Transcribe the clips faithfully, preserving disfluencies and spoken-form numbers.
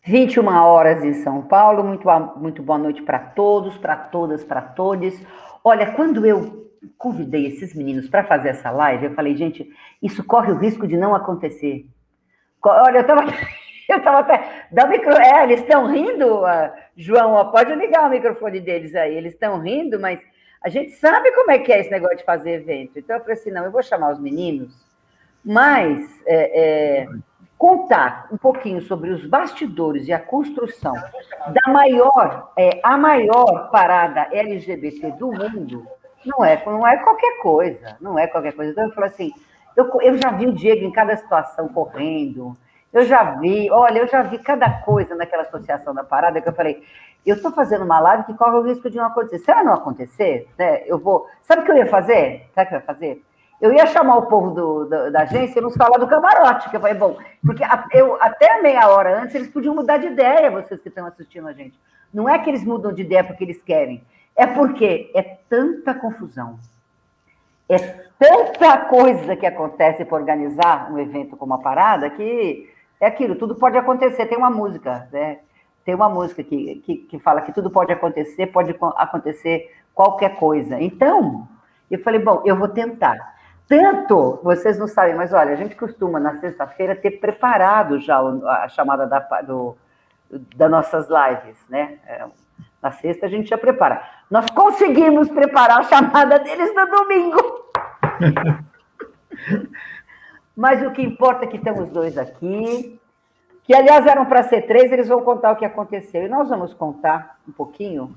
vinte e uma horas em São Paulo. Muito, muito boa noite para todos, para todas, para todos. Olha, quando eu convidei esses meninos para fazer essa live, eu falei, gente, isso corre o risco de não acontecer. Olha, eu estava eu estava até... Dá o micro... É, eles estão rindo, uh, João, ó, pode ligar o microfone deles aí. Eles estão rindo, mas a gente sabe como é que é esse negócio de fazer evento. Então eu falei assim, não, eu vou chamar os meninos, mas é, é, contar um pouquinho sobre os bastidores e a construção da maior, é, a maior parada L G B T do mundo, não é, não é qualquer coisa, não é qualquer coisa. Então eu falei assim, eu, eu já vi o Diego em cada situação correndo, eu já vi, olha, eu já vi cada coisa naquela associação da parada que eu falei, eu estou fazendo uma live que corre o risco de não acontecer. Será não acontecer? Né? Eu vou... Sabe o que eu ia fazer? Sabe o que eu ia fazer? Eu ia chamar o povo do, do, da agência e nos falar do camarote, que eu falei, bom, porque a, eu, até meia hora antes eles podiam mudar de ideia, vocês que estão assistindo a gente. Não é que eles mudam de ideia porque eles querem, é porque é tanta confusão, é tanta coisa que acontece para organizar um evento como a parada, que é aquilo, tudo pode acontecer. Tem uma música, né? Tem uma música que, que, que fala que tudo pode acontecer, pode acontecer qualquer coisa. Então, eu falei, bom, eu vou tentar. Tanto, vocês não sabem, mas olha, a gente costuma, na sexta-feira, ter preparado já a chamada da, do, das nossas lives, né? Na sexta, a gente já prepara. Nós conseguimos preparar a chamada deles no domingo. Mas o que importa é que estamos os dois aqui, que, aliás, eram para ser três, eles vão contar o que aconteceu. E nós vamos contar um pouquinho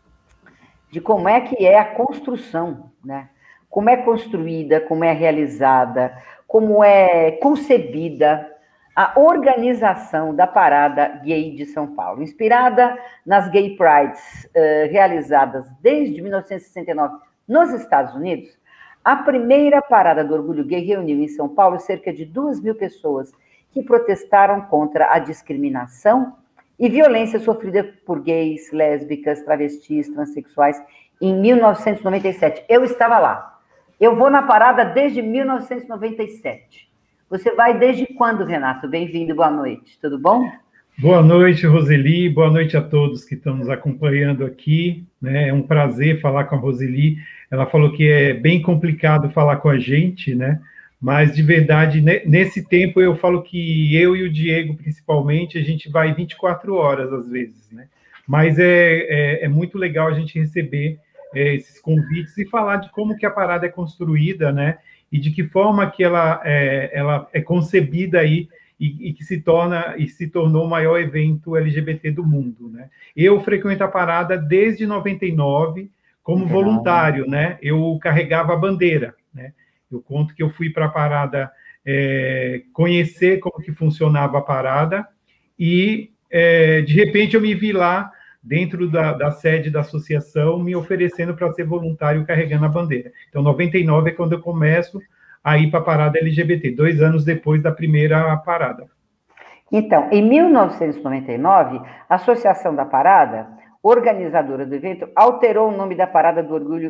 de como é que é a construção, né? Como é construída, como é realizada, como é concebida a organização da Parada Gay de São Paulo, inspirada nas Gay Prides uh, realizadas desde mil novecentos e sessenta e nove nos Estados Unidos. A primeira Parada do Orgulho Gay reuniu em São Paulo cerca de duas mil pessoas que protestaram contra a discriminação e violência sofrida por gays, lésbicas, travestis, transexuais em mil novecentos e noventa e sete. Eu estava lá. Eu vou na parada desde mil novecentos e noventa e sete. Você vai desde quando, Renato? Bem-vindo, boa noite. Tudo bom? Boa noite, Roseli. Boa noite a todos que estão nos acompanhando aqui. Né? É um prazer falar com a Roseli. Ela falou que é bem complicado falar com a gente, né? Mas, de verdade, nesse tempo eu falo que eu e o Diego, principalmente, a gente vai vinte e quatro horas, às vezes, né? Mas é, é, é muito legal a gente receber é, esses convites e falar de como que a parada é construída, né? E de que forma que ela é, ela é concebida aí e, e que se torna e se tornou o maior evento L G B T do mundo, né? Eu frequento a parada desde noventa e nove como voluntário, né? Eu carregava a bandeira, né? Eu conto que eu fui para a parada é, conhecer como que funcionava a parada e, é, de repente, eu me vi lá dentro da, da sede da associação me oferecendo para ser voluntário carregando a bandeira. Então, noventa e nove é quando eu começo a ir para a parada L G B T, dois anos depois da primeira parada. Então, em mil novecentos e noventa e nove, a Associação da Parada, organizadora do evento, alterou o nome da Parada do Orgulho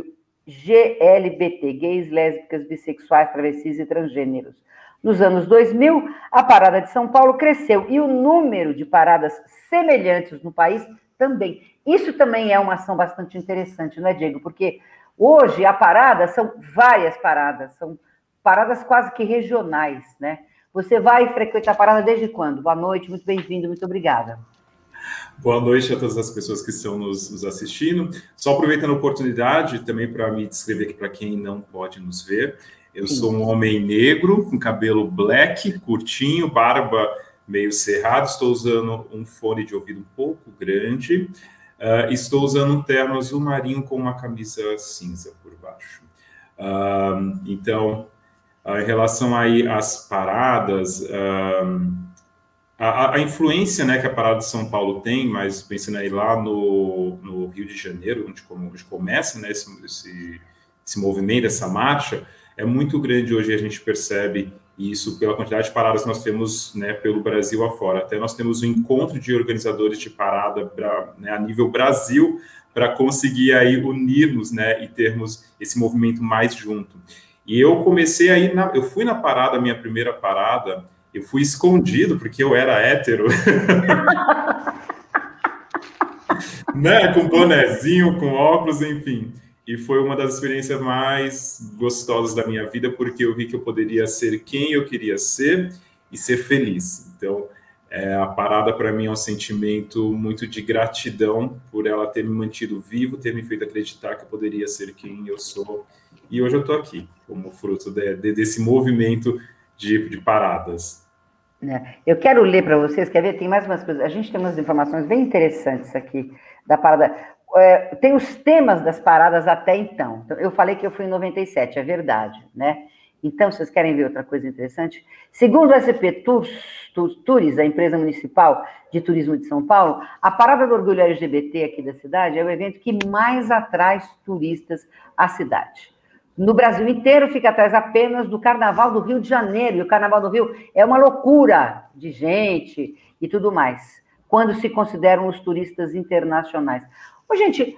G L B T, gays, lésbicas, bissexuais, travestis e transgêneros. Nos anos dois mil, a Parada de São Paulo cresceu e o número de paradas semelhantes no país também. Isso também é uma ação bastante interessante, não é, Diego? Porque hoje a parada são várias paradas, são paradas quase que regionais, né? Você vai frequentar a parada desde quando? Boa noite, muito bem-vindo, muito obrigada. Boa noite a todas as pessoas que estão nos, nos assistindo. Só aproveitando a oportunidade também para me descrever aqui para quem não pode nos ver. Eu Sim. sou um homem negro, com cabelo black, curtinho, barba meio cerrada. Estou usando um fone de ouvido um pouco grande. Uh, estou usando um terno azul marinho com uma camisa cinza por baixo. Uh, então, uh, em relação aí às paradas... Uh, A, a influência, né, que a Parada de São Paulo tem, mas pensando aí lá no, no Rio de Janeiro, onde, onde começa, né, esse, esse, esse movimento, essa marcha, é muito grande hoje. A gente percebe isso pela quantidade de paradas que nós temos, né, pelo Brasil afora. Até nós temos um encontro de organizadores de parada pra, né, a nível Brasil para conseguir aí unirmos, né, e termos esse movimento mais junto. E eu comecei aí, na, eu fui na parada, minha primeira parada. Eu fui escondido, porque eu era hétero. né? Com bonezinho, com óculos, enfim. E foi uma das experiências mais gostosas da minha vida, porque eu vi que eu poderia ser quem eu queria ser e ser feliz. Então, é, a parada para mim é um sentimento muito de gratidão por ela ter me mantido vivo, ter me feito acreditar que eu poderia ser quem eu sou. E hoje eu estou aqui, como fruto de, de, desse movimento de, de paradas. Eu quero ler para vocês, quer ver? Tem mais umas coisas. A gente tem umas informações bem interessantes aqui da parada. É, tem os temas das paradas até então. Então. Eu falei que eu fui em noventa e sete, é verdade, né? Então, vocês querem ver outra coisa interessante? Segundo o S P Tours, Tours, a empresa municipal de turismo de São Paulo, a Parada do Orgulho L G B T aqui da cidade é o evento que mais atrai turistas à cidade. No Brasil inteiro fica atrás apenas do Carnaval do Rio de Janeiro, e o Carnaval do Rio é uma loucura de gente e tudo mais, quando se consideram os turistas internacionais. Ô, gente,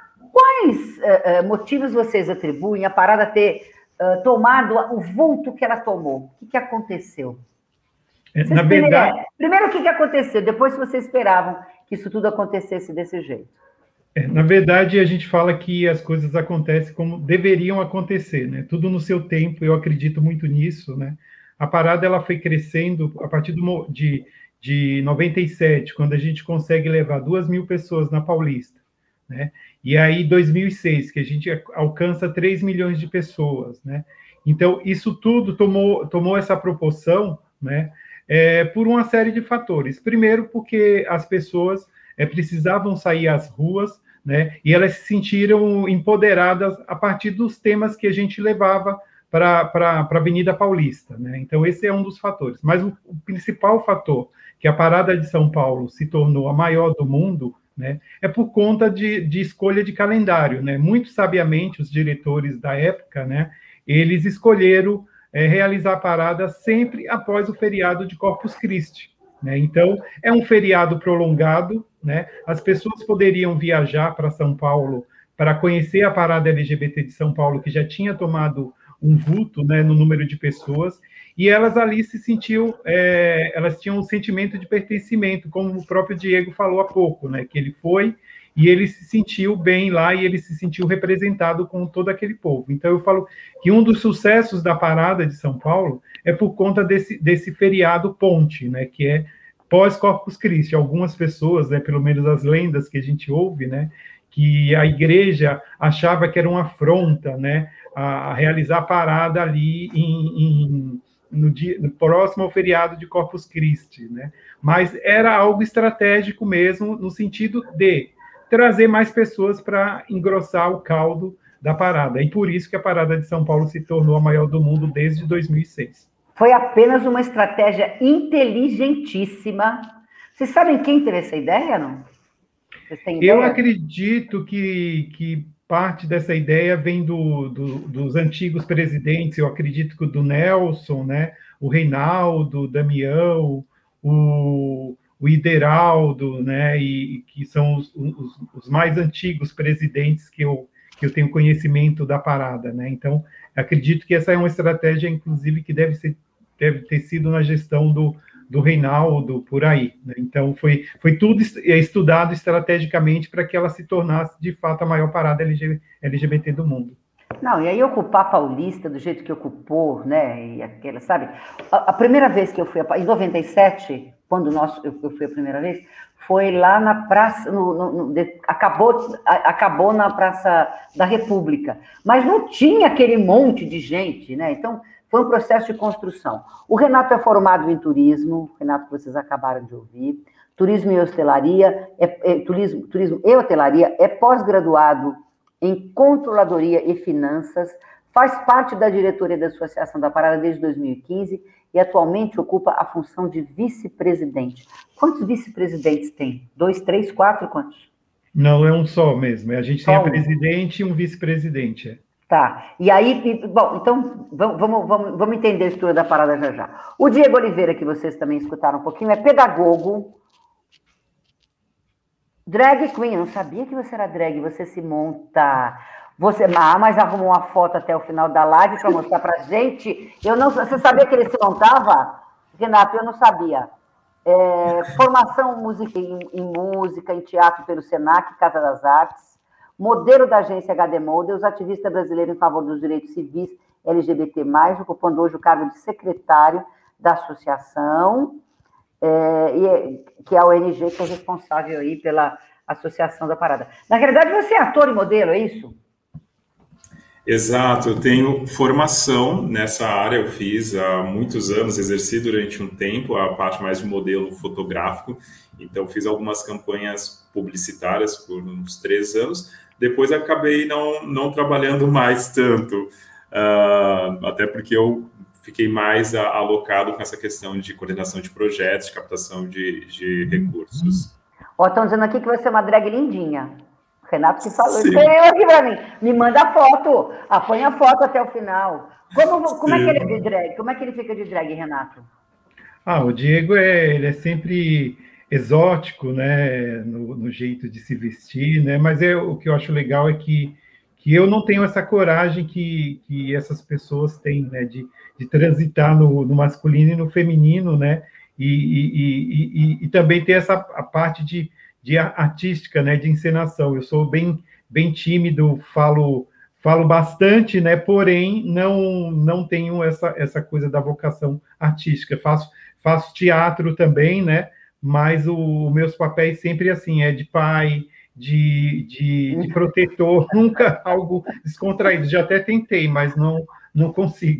quais uh, uh, motivos vocês atribuem a parada ter uh, tomado o vulto que ela tomou? O que, que aconteceu? Vocês Na verdade... Primeiro, primeiro, o que, que aconteceu? Depois, se vocês esperavam que isso tudo acontecesse desse jeito. É, na verdade, a gente fala que as coisas acontecem como deveriam acontecer, né? Tudo no seu tempo, eu acredito muito nisso, né? A parada ela foi crescendo a partir do, de, de noventa e sete, quando a gente consegue levar duas mil pessoas na Paulista, né? E aí, dois mil e seis, que a gente alcança três milhões de pessoas, né? Então, isso tudo tomou, tomou essa proporção, né? É, por uma série de fatores. Primeiro, porque as pessoas é, precisavam sair às ruas, né? E elas se sentiram empoderadas a partir dos temas que a gente levava para a Avenida Paulista, né? Então, esse é um dos fatores. Mas o, o principal fator que a Parada de São Paulo se tornou a maior do mundo, né, é por conta de, de escolha de calendário, né? Muito sabiamente, os diretores da época, né, eles escolheram é, realizar a parada sempre após o feriado de Corpus Christi, né? Então, é um feriado prolongado, né? As pessoas poderiam viajar para São Paulo para conhecer a parada L G B T de São Paulo, que já tinha tomado um vulto, né, no número de pessoas, e elas ali se sentiam, é, elas tinham um sentimento de pertencimento, como o próprio Diego falou há pouco, né, que ele foi e ele se sentiu bem lá e ele se sentiu representado com todo aquele povo. Então, eu falo que um dos sucessos da parada de São Paulo é por conta desse, desse feriado ponte, né, que é pós-Corpus Christi. Algumas pessoas, né, pelo menos as lendas que a gente ouve, né, que a igreja achava que era uma afronta, né, a realizar a parada ali em, em, no, dia, no próximo ao feriado de Corpus Christi, né? Mas era algo estratégico mesmo, no sentido de trazer mais pessoas para engrossar o caldo da parada. E por isso que a Parada de São Paulo se tornou a maior do mundo desde dois mil e seis. Foi apenas uma estratégia inteligentíssima. Vocês sabem quem teve essa ideia, não? Vocês têm ideia? Eu acredito que, que parte dessa ideia vem do, do, dos antigos presidentes. Eu acredito que o do Nelson, né, o Reinaldo, o Damião, o, o Ideraldo, né, e, e que são os, os, os mais antigos presidentes que eu, que eu tenho conhecimento da parada, né? Então, acredito que essa é uma estratégia, inclusive, que deve, ser, deve ter sido na gestão do, do Reinaldo, por aí, né? Então, foi, foi tudo estudado estrategicamente para que ela se tornasse, de fato, a maior parada L G B T do mundo. Não, e aí ocupar a Paulista do jeito que ocupou, né, e aquela, sabe? A, a primeira vez que eu fui, a, em noventa e sete, quando nós, eu, eu fui a primeira vez, foi lá na praça, no, no, no, de, acabou, a, acabou na Praça da República, mas não tinha aquele monte de gente, né? Então, foi um processo de construção. O Renato é formado em turismo, Renato, que vocês acabaram de ouvir, turismo e hotelaria, é, é, turismo, turismo e hotelaria, é pós-graduado em controladoria e finanças, faz parte da diretoria da Associação da Parada desde dois mil e quinze e atualmente ocupa a função de vice-presidente. Quantos vice-presidentes tem? Dois, três, quatro, quantos? Não, é um só mesmo. A gente só tem a um. presidente e um vice-presidente. É. Tá, e aí, bom, então, vamos, vamos, vamos entender a estrutura da parada já já. O Diego Oliveira, que vocês também escutaram um pouquinho, é pedagogo, drag queen. Eu não sabia que você era drag, você se monta... Você, ah, mas arrumou uma foto até o final da live para mostrar pra gente. Eu não, você sabia que ele se montava? Renato, eu não sabia. É, formação música, em, em música, em teatro pelo Senac, Casa das Artes, modelo da agência H D Models, ativista brasileiro em favor dos direitos civis L G B T mais, ocupando hoje o cargo de secretário da associação, é, e, que é a O N G que é responsável aí pela associação da parada. Na realidade, você é ator e modelo, é isso? Exato, eu tenho formação nessa área, eu fiz há muitos anos, exerci durante um tempo a parte mais de modelo fotográfico, então fiz algumas campanhas publicitárias por uns três anos, depois acabei não, não trabalhando mais tanto, uh, até porque eu fiquei mais a, alocado com essa questão de coordenação de projetos, de captação de, de recursos. Ó, estão dizendo aqui que você é uma drag lindinha. Renato que falou, escreveu aqui pra mim, me manda a foto, apanha a foto até o final. Como, como é que ele é de drag? Como é que ele fica de drag, Renato? Ah, o Diego é, ele é sempre exótico, né, no, no jeito de se vestir, né, mas é, o que eu acho legal é que, que eu não tenho essa coragem que, que essas pessoas têm, né, de, de transitar no, no masculino e no feminino, né, e, e, e, e, e também ter essa a parte de de artística, né, de encenação. Eu sou bem, bem tímido, falo, falo bastante, né, porém não, não tenho essa, essa coisa da vocação artística. Faço, faço teatro também, né, mas os meus papéis sempre assim, é de pai, de, de, de protetor, nunca algo descontraído. Já até tentei, mas não, não consigo.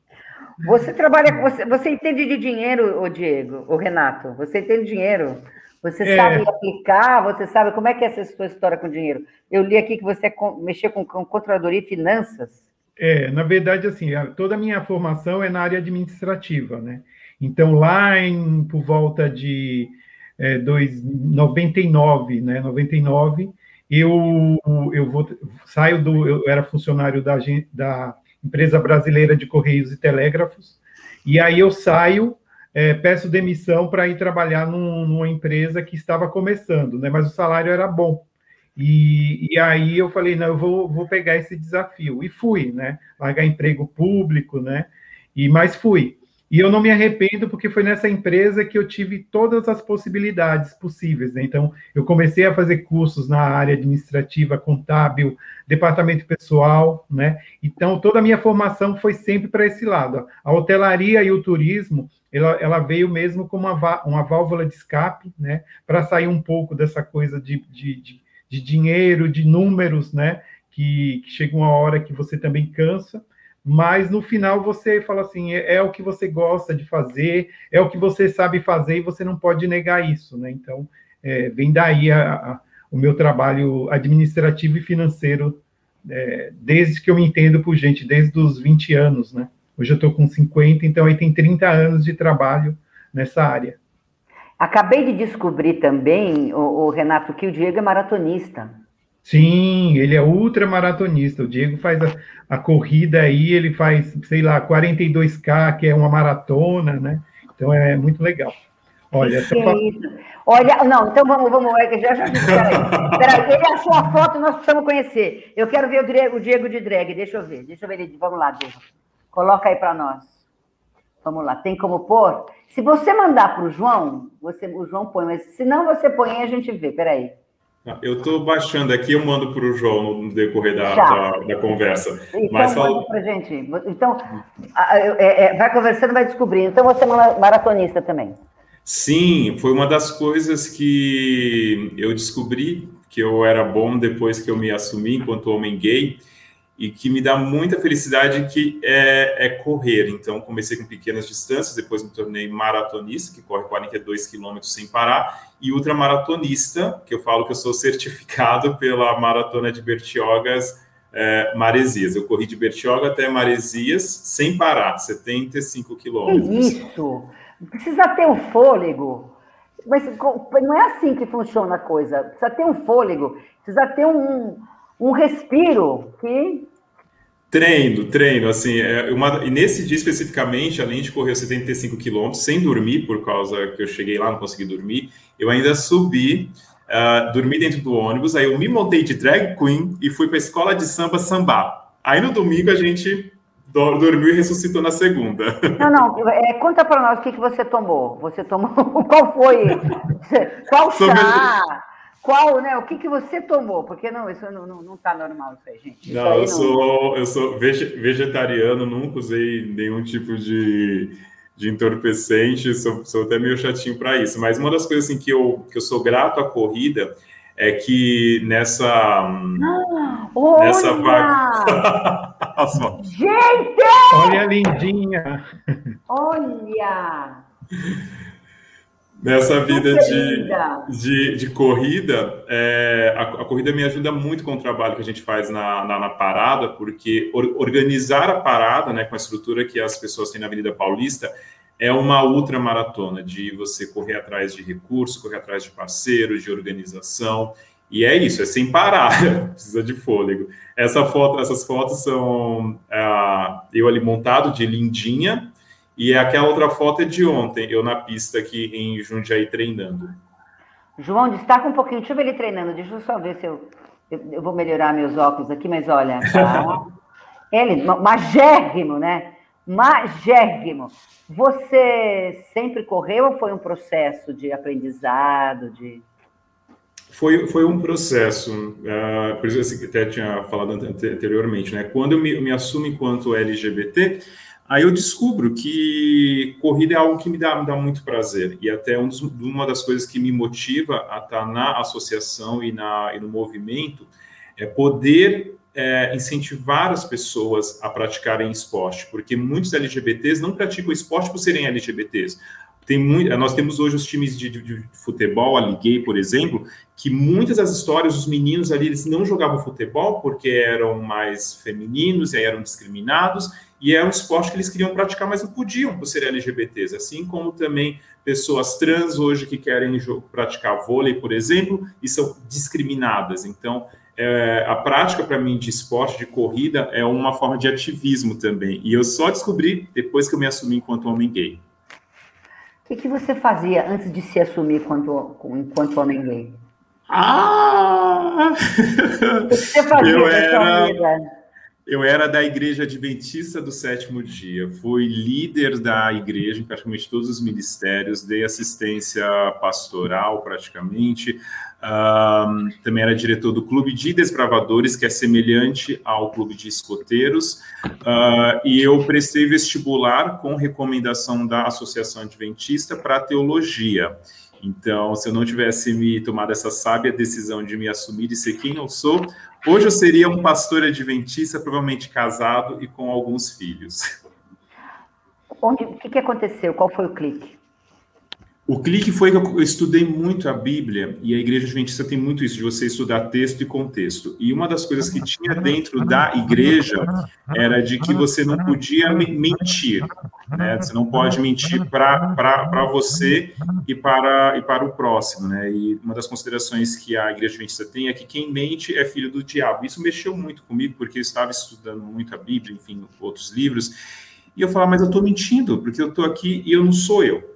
Você trabalha, você, você entende de dinheiro, ô Diego, o Renato? Você entende de dinheiro? Você é. sabe aplicar? Você sabe como é que é essa sua história com dinheiro? Eu li aqui que você é com, mexer com, com controladoria e finanças. É, na verdade, assim, toda a minha formação é na área administrativa, né? Então, lá em, por volta de é, dois, noventa e nove, né? noventa e nove, eu, eu vou, saio do... Eu era funcionário da, da Empresa Brasileira de Correios e Telégrafos, e aí eu saio, É, peço demissão para ir trabalhar num, numa empresa que estava começando, né? Mas o salário era bom. E, e aí eu falei, não, eu vou, vou pegar esse desafio. E fui, né? Largar emprego público, né? E, mas fui. E eu não me arrependo, porque foi nessa empresa que eu tive todas as possibilidades possíveis, né? Então, eu comecei a fazer cursos na área administrativa, contábil, departamento pessoal, né? Então, toda a minha formação foi sempre para esse lado. A hotelaria e o turismo, ela, ela veio mesmo como uma, uma válvula de escape, né? Para sair um pouco dessa coisa de, de, de, de dinheiro, de números, né? Que, que chega uma hora que você também cansa, mas no final você fala assim, é, é o que você gosta de fazer, é o que você sabe fazer e você não pode negar isso, né? Então, é, vem daí a, a, o meu trabalho administrativo e financeiro, é, desde que eu me entendo por gente, desde os vinte anos, né? Hoje eu estou com cinquenta, então aí tem trinta anos de trabalho nessa área. Acabei de descobrir também, o, o Renato, que o Diego é maratonista. Sim, ele é ultramaratonista. O Diego faz a, a corrida aí, ele faz, sei lá, quarenta e dois K, que é uma maratona, né? Então é muito legal. Olha, que é isso? Olha, não, então vamos, vamos, já já disse, peraí, peraí, ele achou a foto, nós precisamos conhecer. Eu quero ver o Diego, o Diego de drag, deixa eu ver, deixa eu ver, vamos lá, Diego. Coloca aí para nós. Vamos lá, tem como pôr? Se você mandar para o João, você, o João põe, mas se não você põe, a gente vê, peraí. Eu estou baixando aqui, eu mando para o João no decorrer da, da, da conversa. Então, Mas manda fala... para gente. Então, é, é, vai conversando, vai descobrindo. Então, você é maratonista também. Sim, foi uma das coisas que eu descobri que eu era bom depois que eu me assumi enquanto homem gay, e que me dá muita felicidade, que é, é correr. Então, comecei com pequenas distâncias, depois me tornei maratonista, que corre quarenta e dois quilômetros sem parar, e ultramaratonista, que eu falo que eu sou certificado pela Maratona de Bertiogas, é, Maresias. Eu corri de Bertioga até Maresias sem parar, setenta e cinco quilômetros. Que isso? Precisa ter um fôlego. Mas não é assim que funciona a coisa. Precisa ter um fôlego, precisa ter um... um respiro que... Treino, treino, assim, é uma, e nesse dia especificamente, além de correr setenta e cinco quilômetros, sem dormir, por causa que eu cheguei lá, não consegui dormir, eu ainda subi, uh, dormi dentro do ônibus, aí eu me montei de drag queen e fui para a escola de samba sambar. Aí no domingo a gente dormiu e ressuscitou na segunda. Não, não, é, conta para nós o que, que você tomou. Você tomou, qual foi? Qual Sobre- chá? Qual, né? O que, que você tomou? Porque não, isso não, não, não tá normal, isso aí, gente. Isso Não, aí eu sou, eu sou vege- vegetariano, nunca usei nenhum tipo de, de entorpecente, sou, sou até meio chatinho para isso. Mas uma das coisas assim, que, eu, que eu sou grato à corrida é que nessa, Ah, nessa olha! vaga. Gente! Olha a lindinha. Olha! Nessa vida Super de, linda! de, de corrida, é, a, a corrida me ajuda muito com o trabalho que a gente faz na, na, na parada, porque or, organizar a parada, né, com a estrutura que as pessoas têm na Avenida Paulista, é uma ultramaratona de você correr atrás de recursos, correr atrás de parceiros, de organização, e é isso, é sem parar, precisa de fôlego. Essa foto, essas fotos são ah, eu ali montado de lindinha, e aquela outra foto é de ontem, eu na pista aqui em Jundiaí treinando. João, destaca um pouquinho, deixa eu ver ele treinando, deixa eu só ver se eu, eu, eu vou melhorar meus óculos aqui, mas olha, tá. Ele, magérrimo, né? Magérrimo. Você sempre correu ou foi um processo de aprendizado, de... Foi, foi um processo, uh, por isso que até tinha falado anteriormente, né? Quando eu me, eu me assumo enquanto L G B T, aí eu descubro que corrida é algo que me dá, me dá muito prazer. E até um dos, uma das coisas que me motiva a estar na associação e, na, e no movimento é poder é, incentivar as pessoas a praticarem esporte, porque muitos L G B Ts não praticam esporte por serem L G B Ts. Tem muito, nós temos hoje os times de, de, de futebol, a Liguei, por exemplo, que muitas das histórias, os meninos ali, eles não jogavam futebol porque eram mais femininos, e aí eram discriminados, e é um esporte que eles queriam praticar, mas não podiam por serem L G B Ts, assim como também pessoas trans hoje que querem praticar vôlei, por exemplo, e são discriminadas. Então, é, a prática para mim de esporte, de corrida, é uma forma de ativismo também, e eu só descobri depois que eu me assumi enquanto homem gay. O que, que você fazia antes de se assumir enquanto, enquanto homem gay? Ah! O que você fazia eu com a sua era, vida? eu era da Igreja Adventista do Sétimo Dia, fui líder da igreja em praticamente todos os ministérios, dei assistência pastoral praticamente, um, também era diretor do Clube de Desbravadores, que é semelhante ao Clube de Escoteiros, uh, e eu prestei vestibular com recomendação da Associação Adventista para teologia. Então, se eu não tivesse me tomado essa sábia decisão de me assumir e ser quem eu sou, hoje eu seria um pastor adventista, provavelmente casado e com alguns filhos. Onde, o que, que aconteceu? Qual foi o clique? O clique foi que eu estudei muito a Bíblia, e a Igreja Adventista tem muito isso, de você estudar texto e contexto. E uma das coisas que tinha dentro da igreja era de que você não podia mentir, né? Você não pode mentir para você e para, e para o próximo, né? E uma das considerações que a Igreja Adventista tem é que quem mente é filho do diabo. Isso mexeu muito comigo, porque eu estava estudando muito a Bíblia, enfim, outros livros, e eu falava, mas eu estou mentindo, porque eu estou aqui e eu não sou eu.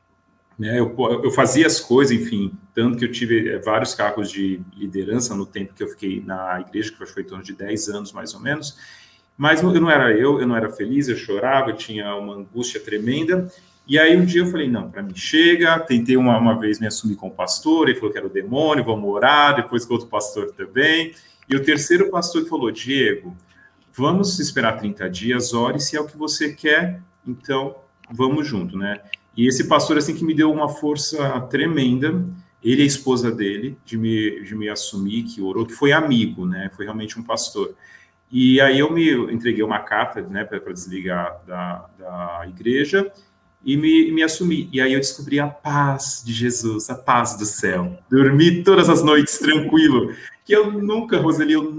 Eu, eu fazia as coisas, enfim, tanto que eu tive vários cargos de liderança no tempo que eu fiquei na igreja, que foi em torno de dez anos, mais ou menos, mas eu não era eu, eu não era feliz, eu chorava, eu tinha uma angústia tremenda, e aí um dia eu falei, não, para mim chega, tentei uma, uma vez me assumir como pastor, ele falou que era o demônio, vamos orar, depois com outro pastor também, e o terceiro pastor falou, Diego, vamos esperar trinta dias, ore, se é o que você quer, então vamos junto, né? E esse pastor, assim, que me deu uma força tremenda, ele e a esposa dele, de me, de me assumir, que orou, que foi amigo, né? Foi realmente um pastor. E aí eu me entreguei uma carta, né, para desligar da, da igreja e me, me assumi. E aí eu descobri a paz de Jesus, a paz do céu. Dormi todas as noites tranquilo, que eu nunca, Roseli, eu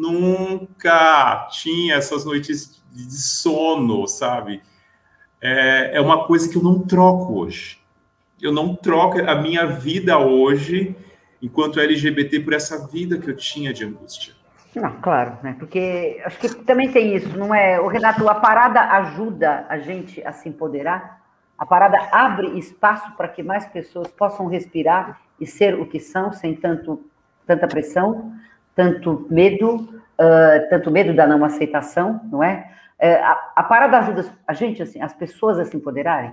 nunca tinha essas noites de sono, sabe? É, é uma coisa que eu não troco hoje. Eu não troco a minha vida hoje, enquanto L G B T, por essa vida que eu tinha de angústia. Não, claro, né? Porque acho que também tem isso, não é? O Renato, a parada ajuda a gente a se empoderar, a parada abre espaço para que mais pessoas possam respirar e ser o que são, sem tanto, tanta pressão, tanto medo, uh, tanto medo da não aceitação, não é? É, a, a parada ajuda a gente, assim, as pessoas a se empoderarem?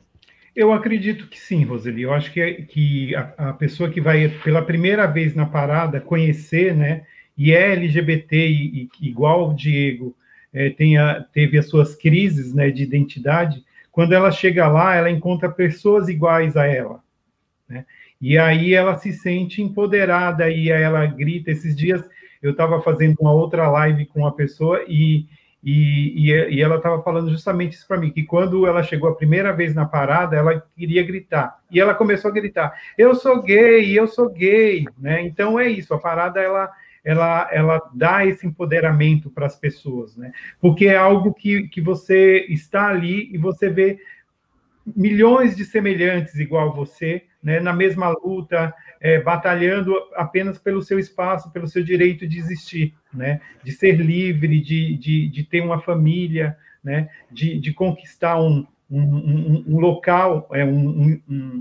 Eu acredito que sim, Roseli. Eu acho que, é, que a, a pessoa que vai pela primeira vez na parada conhecer, né, e é L G B T e, e igual o Diego, é, tenha, teve as suas crises, né, de identidade, quando ela chega lá, ela encontra pessoas iguais a ela, né? E aí ela se sente empoderada e aí ela grita. Esses dias eu estava fazendo uma outra live com uma pessoa e, e, e ela estava falando justamente isso para mim, que quando ela chegou a primeira vez na parada, ela queria gritar. E ela começou a gritar, eu sou gay, eu sou gay, né? Então é isso, a parada, ela... Ela, ela dá esse empoderamento para as pessoas, né? Porque é algo que, que você está ali e você vê milhões de semelhantes igual você, né, na mesma luta, é, batalhando apenas pelo seu espaço, pelo seu direito de existir, né, de ser livre, de, de, de ter uma família, né, de, de conquistar um, um, um, um local, é, um, um,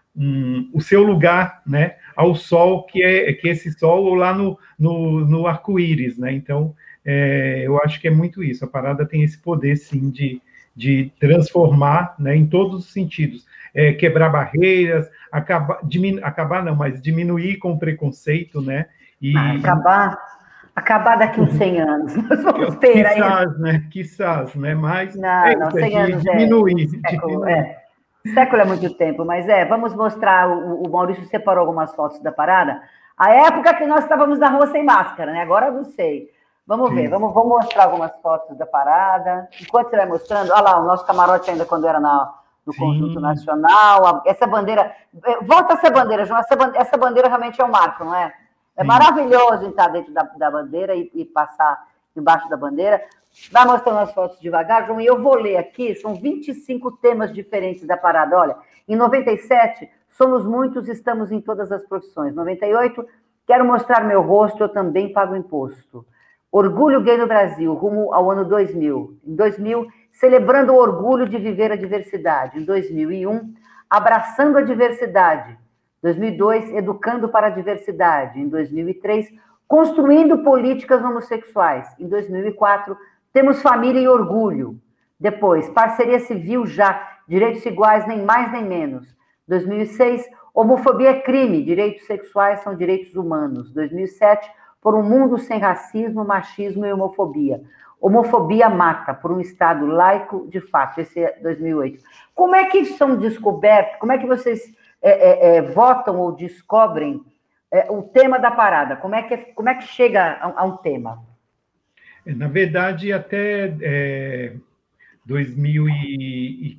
um, o seu lugar, né, ao sol, que é, que é esse sol lá no, no, no arco-íris, né? Então, é, eu acho que é muito isso. A parada tem esse poder, sim, de, de transformar, né, em todos os sentidos. É, quebrar barreiras, acabar, diminu, acabar não, mas diminuir com o preconceito, né? E, ah, acabar, acabar daqui uns cem anos, nós vamos ter aí. Quizás, né? Quizás, né? Mas não, é não, isso, cem é anos diminuir, é, século, diminuir. É. Século é muito tempo, mas é, vamos mostrar, o, o Maurício separou algumas fotos da parada, a época que nós estávamos na rua sem máscara, né? Agora eu não sei. Vamos Sim. ver, vamos, vamos mostrar algumas fotos da parada. Enquanto você vai mostrando, olha lá, o nosso camarote ainda quando era na, no Sim. Conjunto Nacional, essa bandeira, volta essa bandeira, João, essa bandeira, essa bandeira realmente é um marco, não é? É Sim. maravilhoso estar dentro da, da bandeira e, e passar embaixo da bandeira. Vai mostrando as fotos devagar, João, e eu vou ler aqui, são vinte e cinco temas diferentes da parada. Olha, em noventa e sete, somos muitos, estamos em todas as profissões. noventa e oito, quero mostrar meu rosto, eu também pago imposto. Orgulho gay no Brasil, rumo ao ano dois mil. Em dois mil, celebrando o orgulho de viver a diversidade. Em dois mil e um, abraçando a diversidade. dois mil e dois, educando para a diversidade. Em dois mil e três, construindo políticas homossexuais. Em dois mil e quatro, temos família e orgulho. Depois, parceria civil já, direitos iguais, nem mais nem menos. dois mil e seis, homofobia é crime, direitos sexuais são direitos humanos. dois mil e sete, por um mundo sem racismo, machismo e homofobia. Homofobia mata, por um Estado laico de fato. Esse é dois mil e oito. Como é que são descobertos, como é que vocês é, é, é, votam ou descobrem é, o tema da parada? Como é que, como é que chega a, a um tema? Na verdade, até é, dois mil e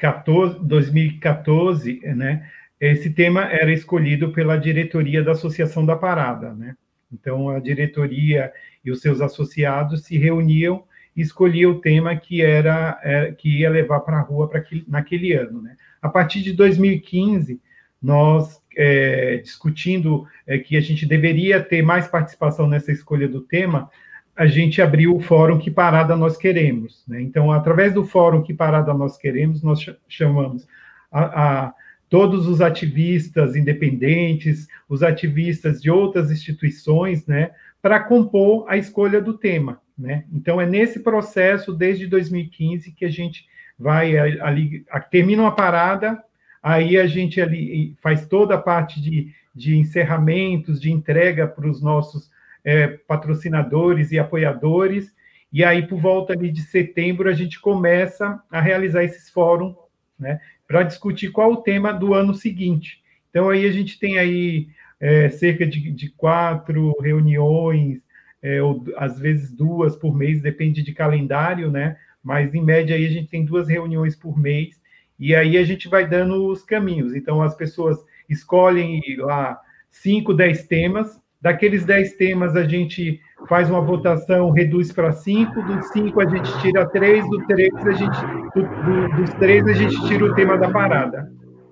quatorze, né, esse tema era escolhido pela diretoria da Associação da Parada, né? Então, a diretoria e os seus associados se reuniam e escolhiam o tema que, era, é, que ia levar para a rua pra aquele, naquele ano, né? A partir de dois mil e quinze, nós, é, discutindo é, que a gente deveria ter mais participação nessa escolha do tema, a gente abriu o fórum Que Parada Nós Queremos, né? Então, através do fórum Que Parada Nós Queremos, nós chamamos a, a todos os ativistas independentes, os ativistas de outras instituições, né, para compor a escolha do tema, né? Então, é nesse processo, desde dois mil e quinze, que a gente vai ali, termina uma parada, aí a gente ali faz toda a parte de, de encerramentos, de entrega para os nossos é, patrocinadores e apoiadores, e aí, por volta ali de setembro, a gente começa a realizar esses fóruns, né, para discutir qual o tema do ano seguinte. Então, aí a gente tem aí é, cerca de, de quatro reuniões, é, ou às vezes duas por mês, depende de calendário, né? Mas, em média, aí a gente tem duas reuniões por mês, e aí a gente vai dando os caminhos. Então, as pessoas escolhem lá cinco, dez temas. Daqueles dez temas, a gente faz uma votação, reduz para cinco, dos cinco a gente tira três, do três a gente, do, do, dos três a gente tira o tema da parada.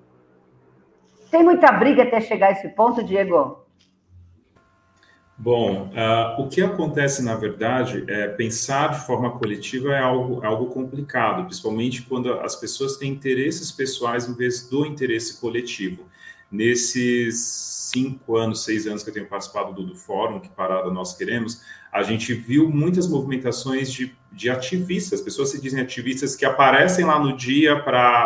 Tem muita briga até chegar a esse ponto, Diego? Bom, uh, o que acontece, na verdade, é pensar de forma coletiva é algo, algo complicado, principalmente quando as pessoas têm interesses pessoais em vez do interesse coletivo. Nesses cinco anos, seis anos que eu tenho participado do, do fórum Que Parada Nós Queremos, a gente viu muitas movimentações de, de ativistas, pessoas que se dizem ativistas que aparecem lá no dia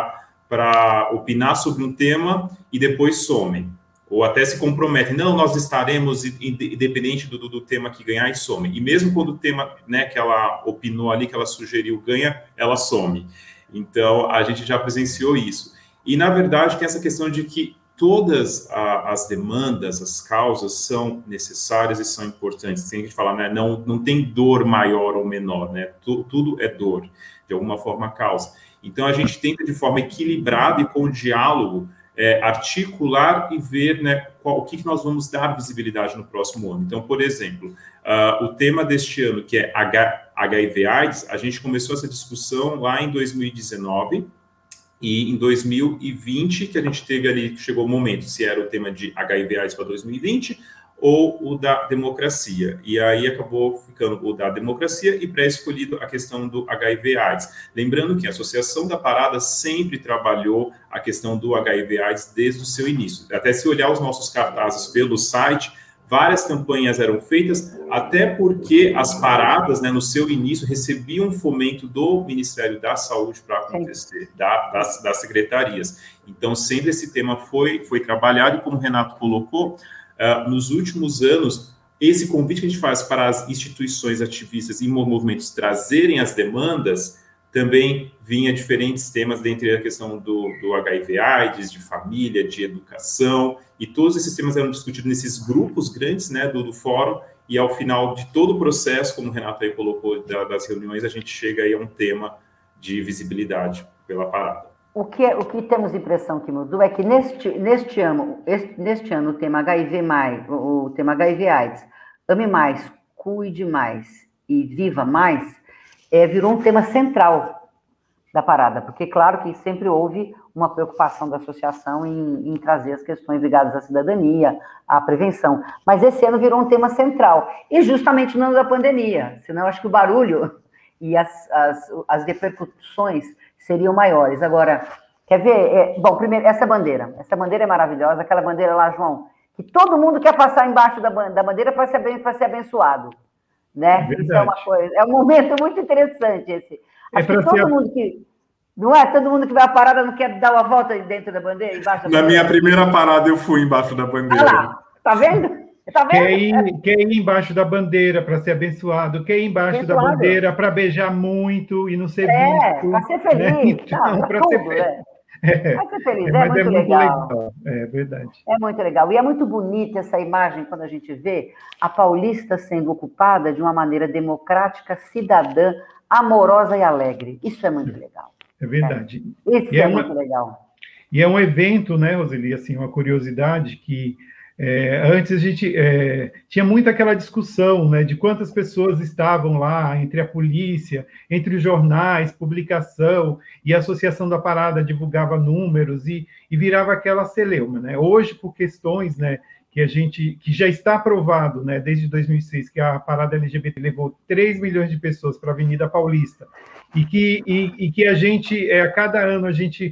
para opinar sobre um tema e depois somem. Ou até se comprometem, não, nós estaremos independente do, do, do tema que ganhar e some. E mesmo quando o tema, né, que ela opinou ali, que ela sugeriu, ganha, ela some. Então, a gente já presenciou isso. E, na verdade, tem essa questão de que todas a, as demandas, as causas são necessárias e são importantes. Tem que falar, né, não, não tem dor maior ou menor, né? Tu, tudo é dor, de alguma forma, causa. Então, a gente tenta, de forma equilibrada e com diálogo, É, articular e ver, né, qual, o que, que nós vamos dar visibilidade no próximo ano. Então, por exemplo, uh, o tema deste ano, que é H I V AIDS, a gente começou essa discussão lá em dois mil e dezenove, e em dois mil e vinte, que a gente teve ali, chegou o momento, se era o tema de H I V AIDS para dois mil e vinte, ou o da democracia. E aí acabou ficando o da democracia e pré-escolhido a questão do H I V AIDS. Lembrando que a Associação da Parada sempre trabalhou a questão do H I V AIDS desde o seu início. Até se olhar os nossos cartazes pelo site, várias campanhas eram feitas, até porque as paradas, né, no seu início, recebiam fomento do Ministério da Saúde para acontecer, da, das, das secretarias. Então, sempre esse tema foi, foi trabalhado, e como o Renato colocou, Uh, nos últimos anos, esse convite que a gente faz para as instituições ativistas e movimentos trazerem as demandas, também vinha diferentes temas, dentre a questão do, do H I V AIDS, de família, de educação, e todos esses temas eram discutidos nesses grupos grandes, né, do, do fórum, e ao final de todo o processo, como o Renato aí colocou, da, das reuniões, a gente chega aí a um tema de visibilidade pela parada. O que, o que temos impressão que mudou é que neste, neste, ano, este, neste ano o tema H I V mais, o, o tema H I V AIDS, ame mais, cuide mais e viva mais, é, virou um tema central da parada, porque claro que sempre houve uma preocupação da associação em, em trazer as questões ligadas à cidadania, à prevenção, mas esse ano virou um tema central, e justamente no ano da pandemia, senão eu acho que o barulho e as, as, as repercussões seriam maiores. Agora, quer ver? É, bom, primeiro, essa bandeira. Essa bandeira é maravilhosa, aquela bandeira lá, João, que todo mundo quer passar embaixo da, da bandeira para ser, para ser abençoado. Né? É Isso é uma coisa, é um momento muito interessante esse. Acho é que todo ser... mundo que. Não é? Todo mundo que vai à parada não quer dar uma volta dentro da bandeira, embaixo da Na bandeira. minha primeira parada eu fui embaixo da bandeira. Ah lá, tá vendo? Tá vendo? Quer ir, quer ir embaixo da bandeira para ser abençoado, quer ir embaixo abençoado. da bandeira para beijar muito e não ser é, visto. É, para ser feliz. Né? Então, para ser feliz. Né? É, para ser feliz, é, é muito, é muito legal. legal. É verdade. É muito legal. E é muito bonita essa imagem quando a gente vê a Paulista sendo ocupada de uma maneira democrática, cidadã, amorosa e alegre. Isso é muito legal. É verdade. É. Isso é, é uma, muito legal. E é um evento, né, Roseli, assim, uma curiosidade que É, antes a gente é, tinha muito aquela discussão, né, de quantas pessoas estavam lá, entre a polícia, entre os jornais, publicação, e a Associação da Parada divulgava números e, e virava aquela celeuma, né? Hoje, por questões, né, que a gente, que já está aprovado, né, desde dois mil e seis, que a Parada L G B T levou três milhões de pessoas para a Avenida Paulista, e que, e, e que a gente, é, a cada ano, a gente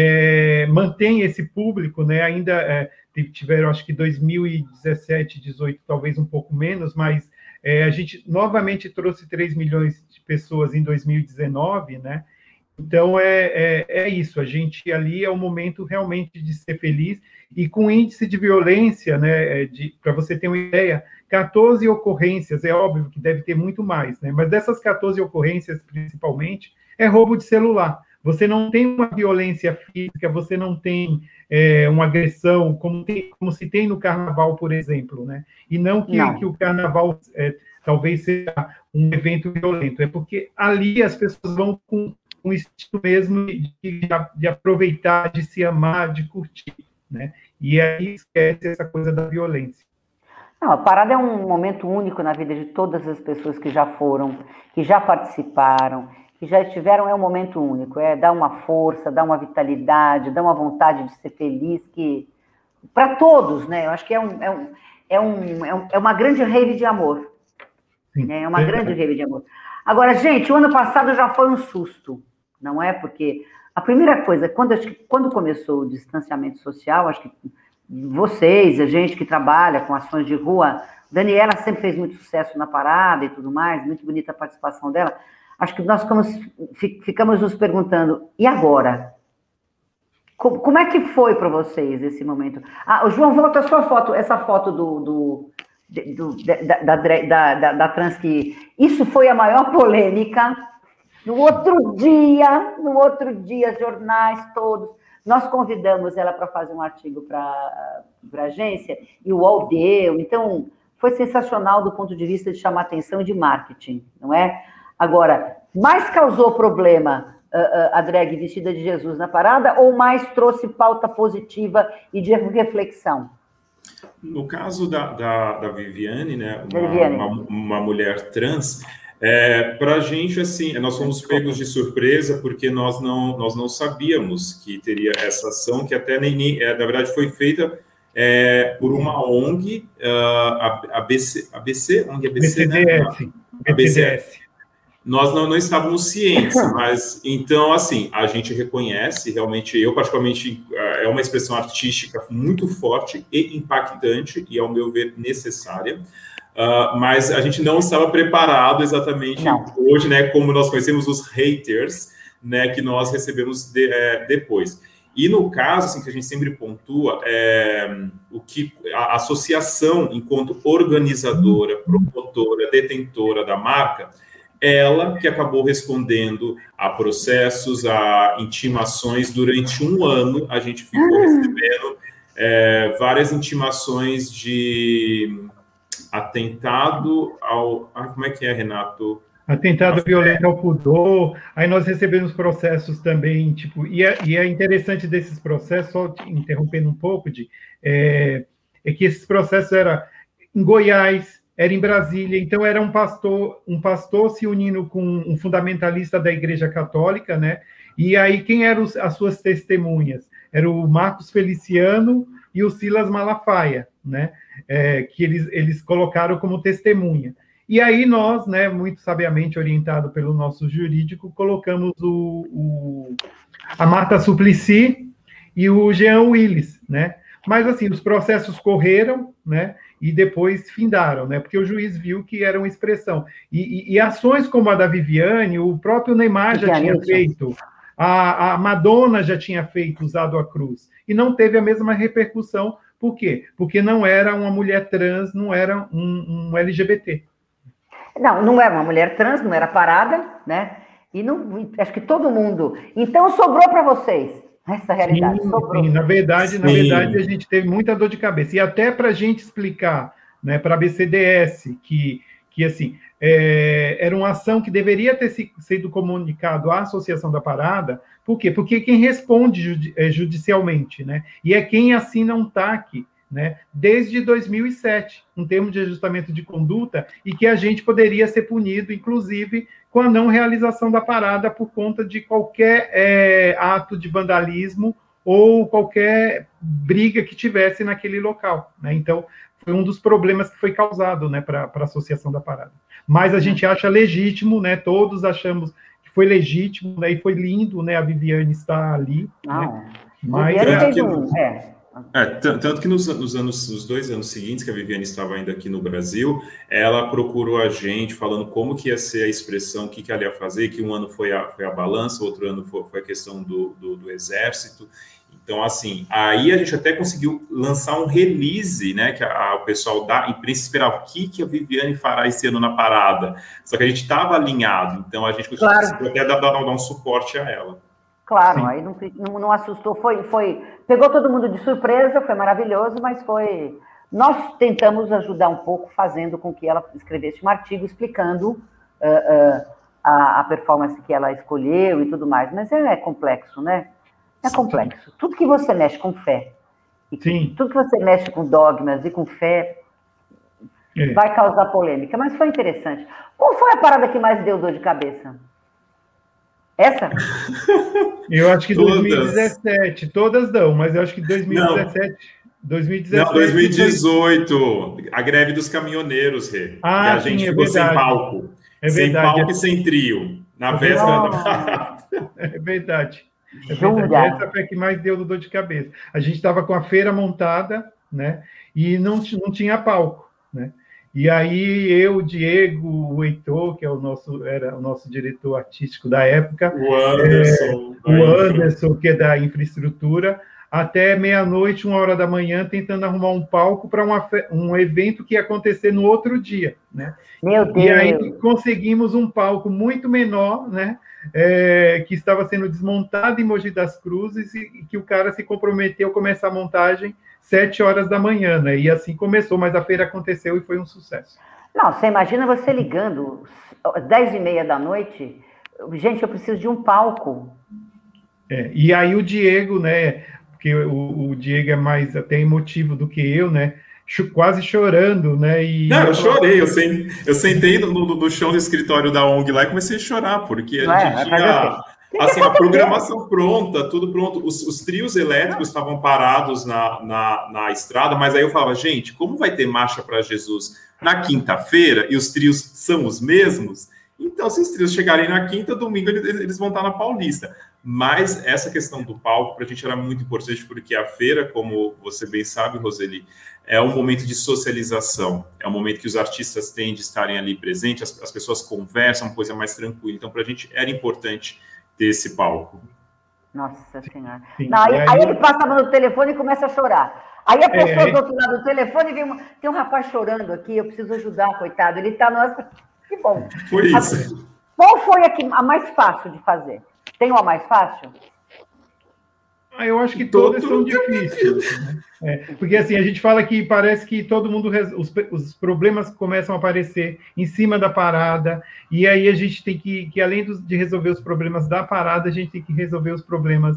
é, mantém esse público, né, ainda... É, tiveram, acho que dois mil e dezessete, dezoito, talvez um pouco menos, mas é, a gente novamente trouxe três milhões de pessoas em dois mil e dezenove, né? Então, é, é, é isso, a gente ali é o momento realmente de ser feliz, e com índice de violência, né, para você ter uma ideia, quatorze ocorrências, é óbvio que deve ter muito mais, né? Mas dessas quatorze ocorrências, principalmente, é roubo de celular. Você não tem uma violência física, você não tem é, uma agressão, como, tem, como se tem no carnaval, por exemplo, né? E não que, não. que o carnaval é, talvez seja um evento violento, é porque ali as pessoas vão com um estilo mesmo de, de, de aproveitar, de se amar, de curtir, né? E aí esquece essa coisa da violência. Não, a parada é um momento único na vida de todas as pessoas que já foram, que já participaram, que já estiveram, é um momento único, é dar uma força, dar uma vitalidade, dar uma vontade de ser feliz, que para todos, né? Eu acho que é, um, é, um, é, um, é, um, é uma grande rave de amor. Sim, né? É uma é. grande rave de amor. Agora, gente, o ano passado já foi um susto, não é? Porque a primeira coisa, quando, quando começou o distanciamento social, acho que vocês, a gente que trabalha com ações de rua, Daniela sempre fez muito sucesso na parada e tudo mais, muito bonita a participação dela. Acho que nós ficamos, ficamos nos perguntando, e agora? Como, como é que foi para vocês esse momento? Ah, o João, volta a sua foto, essa foto do, do, do, da, da, da, da, da trans que... Isso foi a maior polêmica. No outro dia, no outro dia, jornais todos, nós convidamos ela para fazer um artigo para a agência, e o U O L deu, então foi sensacional do ponto de vista de chamar atenção e de marketing, não é? Agora, mais causou problema uh, uh, a drag vestida de Jesus na parada, ou mais trouxe pauta positiva e de reflexão? No caso da, da, da Viviane, né, uma, Viviane. uma, uma mulher trans, é, para a gente, assim, nós fomos pegos de surpresa, porque nós não, nós não sabíamos que teria essa ação, que até nem, nem é, na verdade, foi feita é, por uma O N G, uh, a, a B C, a B C, ONG A B C, B C D S, né? A B C D S. Nós não, não estávamos cientes, mas, então, assim, a gente reconhece, realmente, eu, particularmente, é uma expressão artística muito forte e impactante, e, ao meu ver, necessária. Uh, mas a gente não estava preparado exatamente não. hoje, né, como nós conhecemos os haters, né, que nós recebemos de, é, depois. E no caso, assim, que a gente sempre pontua, é, o que a associação, enquanto organizadora, promotora, detentora da marca, ela que acabou respondendo a processos, a intimações durante um ano, a gente ficou recebendo é, várias intimações de atentado ao... Ah, como é que é, Renato? Atentado Nossa, violento é. ao pudor. Aí nós recebemos processos também, tipo... E é, e é interessante desses processos, só te interrompendo um pouco, de, é, é que esses processos eram em Goiás, era em Brasília, então era um pastor, um pastor se unindo com um fundamentalista da Igreja Católica, né? E aí quem eram as suas testemunhas? Era o Marcos Feliciano e o Silas Malafaia, né? É, que eles, eles colocaram como testemunha. E aí nós, né, muito sabiamente orientado pelo nosso jurídico, colocamos o, o, a Marta Suplicy e o Jean Willis, né? Mas, assim, os processos correram, né, e depois findaram, né, porque o juiz viu que era uma expressão. E, e, e ações como a da Viviane, o próprio Neymar já tinha feito, a, a Madonna já tinha feito, usado a cruz, e não teve a mesma repercussão. Por quê? Porque não era uma mulher trans, não era um, um L G B T. Não, não era uma mulher trans, não era parada, né? E não, acho que todo mundo... Então, sobrou para vocês essa realidade. Sim, sobrou. Sim, na verdade, na verdade, a gente teve muita dor de cabeça. E até para a gente explicar, né, para a B C D S, que, que assim, é, era uma ação que deveria ter sido comunicado à Associação da Parada. Por quê? Porque quem responde judi é, judicialmente, né? E é quem assina um T A C, né, desde dois mil e sete, um termo de ajustamento de conduta, e que a gente poderia ser punido, inclusive, com a não realização da parada por conta de qualquer é, ato de vandalismo ou qualquer briga que tivesse naquele local, né? Então, foi um dos problemas que foi causado, né, para a associação da parada. Mas a gente acha legítimo, né, todos achamos que foi legítimo, né, e foi lindo, né, a Viviane estar ali. Não, né? Mas Viviane fez que... um... É. É, tanto que nos, nos, anos, nos dois anos seguintes que a Viviane estava ainda aqui no Brasil, ela procurou a gente falando como que ia ser a expressão, o que, que ela ia fazer, que um ano foi a, foi a balança, outro ano foi, foi a questão do, do, do exército. Então, assim, aí a gente até conseguiu lançar um release, né, que a, a, o pessoal da imprensa esperava o que, que a Viviane fará esse ano na parada. Só que a gente estava alinhado, então a gente claro. conseguiu até dar, dar, dar um suporte a ela. Claro, Sim. aí não, não, não assustou, foi, foi, pegou todo mundo de surpresa, foi maravilhoso, mas foi... Nós tentamos ajudar um pouco, fazendo com que ela escrevesse um artigo explicando uh, uh, a, a performance que ela escolheu e tudo mais, mas é, é complexo, né? É complexo. Sim. Tudo que você mexe com fé, e que, tudo que você mexe com dogmas e com fé, é. vai causar polêmica, mas foi interessante. Qual foi a parada que mais deu dor de cabeça? Essa? Eu acho que todas. dois mil e dezessete, todas dão, mas eu acho que dois mil e dezessete... Não. dois mil e dezessete Não, dois mil e dezoito, foi... a greve dos caminhoneiros, Rê. Ah, que a gente sim, ficou é sem palco. É sem palco e sem trio, na véspera da... É verdade. É verdade. Essa foi a que mais deu dor de cabeça. A gente estava com a feira montada, né? E não, não tinha palco, né? E aí eu, o Diego, o Heitor, que é o nosso, era o nosso diretor artístico da época, o Anderson, é, o Anderson, que é da infraestrutura, até meia-noite, uma hora da manhã, tentando arrumar um palco para um evento que ia acontecer no outro dia, né? Meu Deus! E aí conseguimos um palco muito menor, né? É, que estava sendo desmontado em Mogi das Cruzes e, e que o cara se comprometeu a começar a montagem sete horas da manhã, né? E assim começou, mas a feira aconteceu e foi um sucesso. Não, você imagina você ligando dez e meia da noite, gente, eu preciso de um palco. É, e aí o Diego, né? Porque o, o Diego é mais até emotivo do que eu, né? Quase chorando, né? E não, eu chorei, eu sentei, eu sentei no, no, no chão do escritório da O N G lá e comecei a chorar, porque a gente é, tinha assim, a programação pronta, tudo pronto. Os, os trios elétricos estavam parados na, na, na estrada, mas aí eu falava, gente, como vai ter Marcha para Jesus na quinta-feira e os trios são os mesmos? Então, se os trios chegarem na quinta, domingo eles, eles vão estar na Paulista. Mas essa questão do palco, para a gente era muito importante, porque a feira, como você bem sabe, Roseli, é um momento de socialização, é um momento que os artistas têm de estarem ali presentes, as, as pessoas conversam, uma coisa mais tranquila. Então, para a gente era importante ter esse palco. Nossa Senhora. Não, aí, aí ele passava no telefone e começa a chorar. Aí a pessoa é, do outro lado do telefone vem uma... Tem um rapaz chorando aqui, eu preciso ajudar, coitado. Ele está... Nossa, que bom. Foi isso. Qual foi a, que, a mais fácil de fazer? Tem uma mais fácil? Ah, eu acho que todas são difíceis. Né? É, porque assim, a gente fala que parece que todo mundo, os, os problemas começam a aparecer em cima da parada, e aí a gente tem que, que além de resolver os problemas da parada, a gente tem que resolver os problemas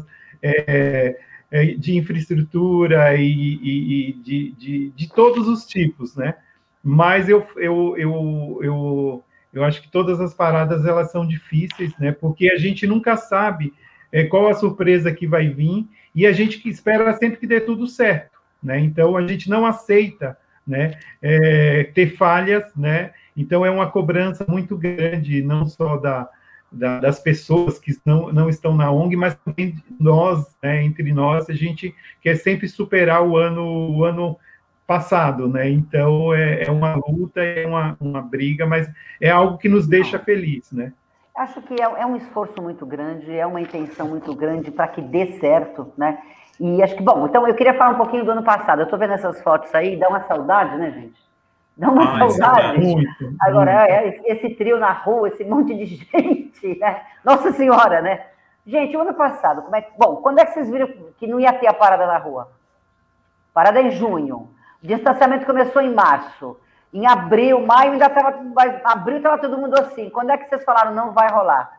é, é, de infraestrutura e, e, e de, de, de todos os tipos, né? Mas eu, eu, eu, eu, eu acho que todas as paradas, elas são difíceis, né? Porque a gente nunca sabe é, qual a surpresa que vai vir, e a gente que espera sempre que dê tudo certo, né? Então, a gente não aceita, né, é, ter falhas, né? Então, é uma cobrança muito grande, não só da, da, das pessoas que não, não estão na O N G, mas também nós, né, entre nós, a gente quer sempre superar o ano, o ano passado, né? Então, é, é uma luta, é uma, uma briga, mas é algo que nos deixa feliz, né? Acho que é, é um esforço muito grande, é uma intenção muito grande para que dê certo, né? E acho que, bom, então eu queria falar um pouquinho do ano passado. Eu estou vendo essas fotos aí, dá uma saudade, né, gente? Dá uma ah, saudade. Muito, Agora, muito. É, esse trio na rua, esse monte de gente, né? Nossa Senhora, né? Gente, o ano passado, como é que... Bom, quando é que vocês viram que não ia ter a parada na rua? Parada em junho. O distanciamento começou em março. Em abril, maio, ainda estava... Abril estava todo mundo assim. Quando é que vocês falaram não vai rolar?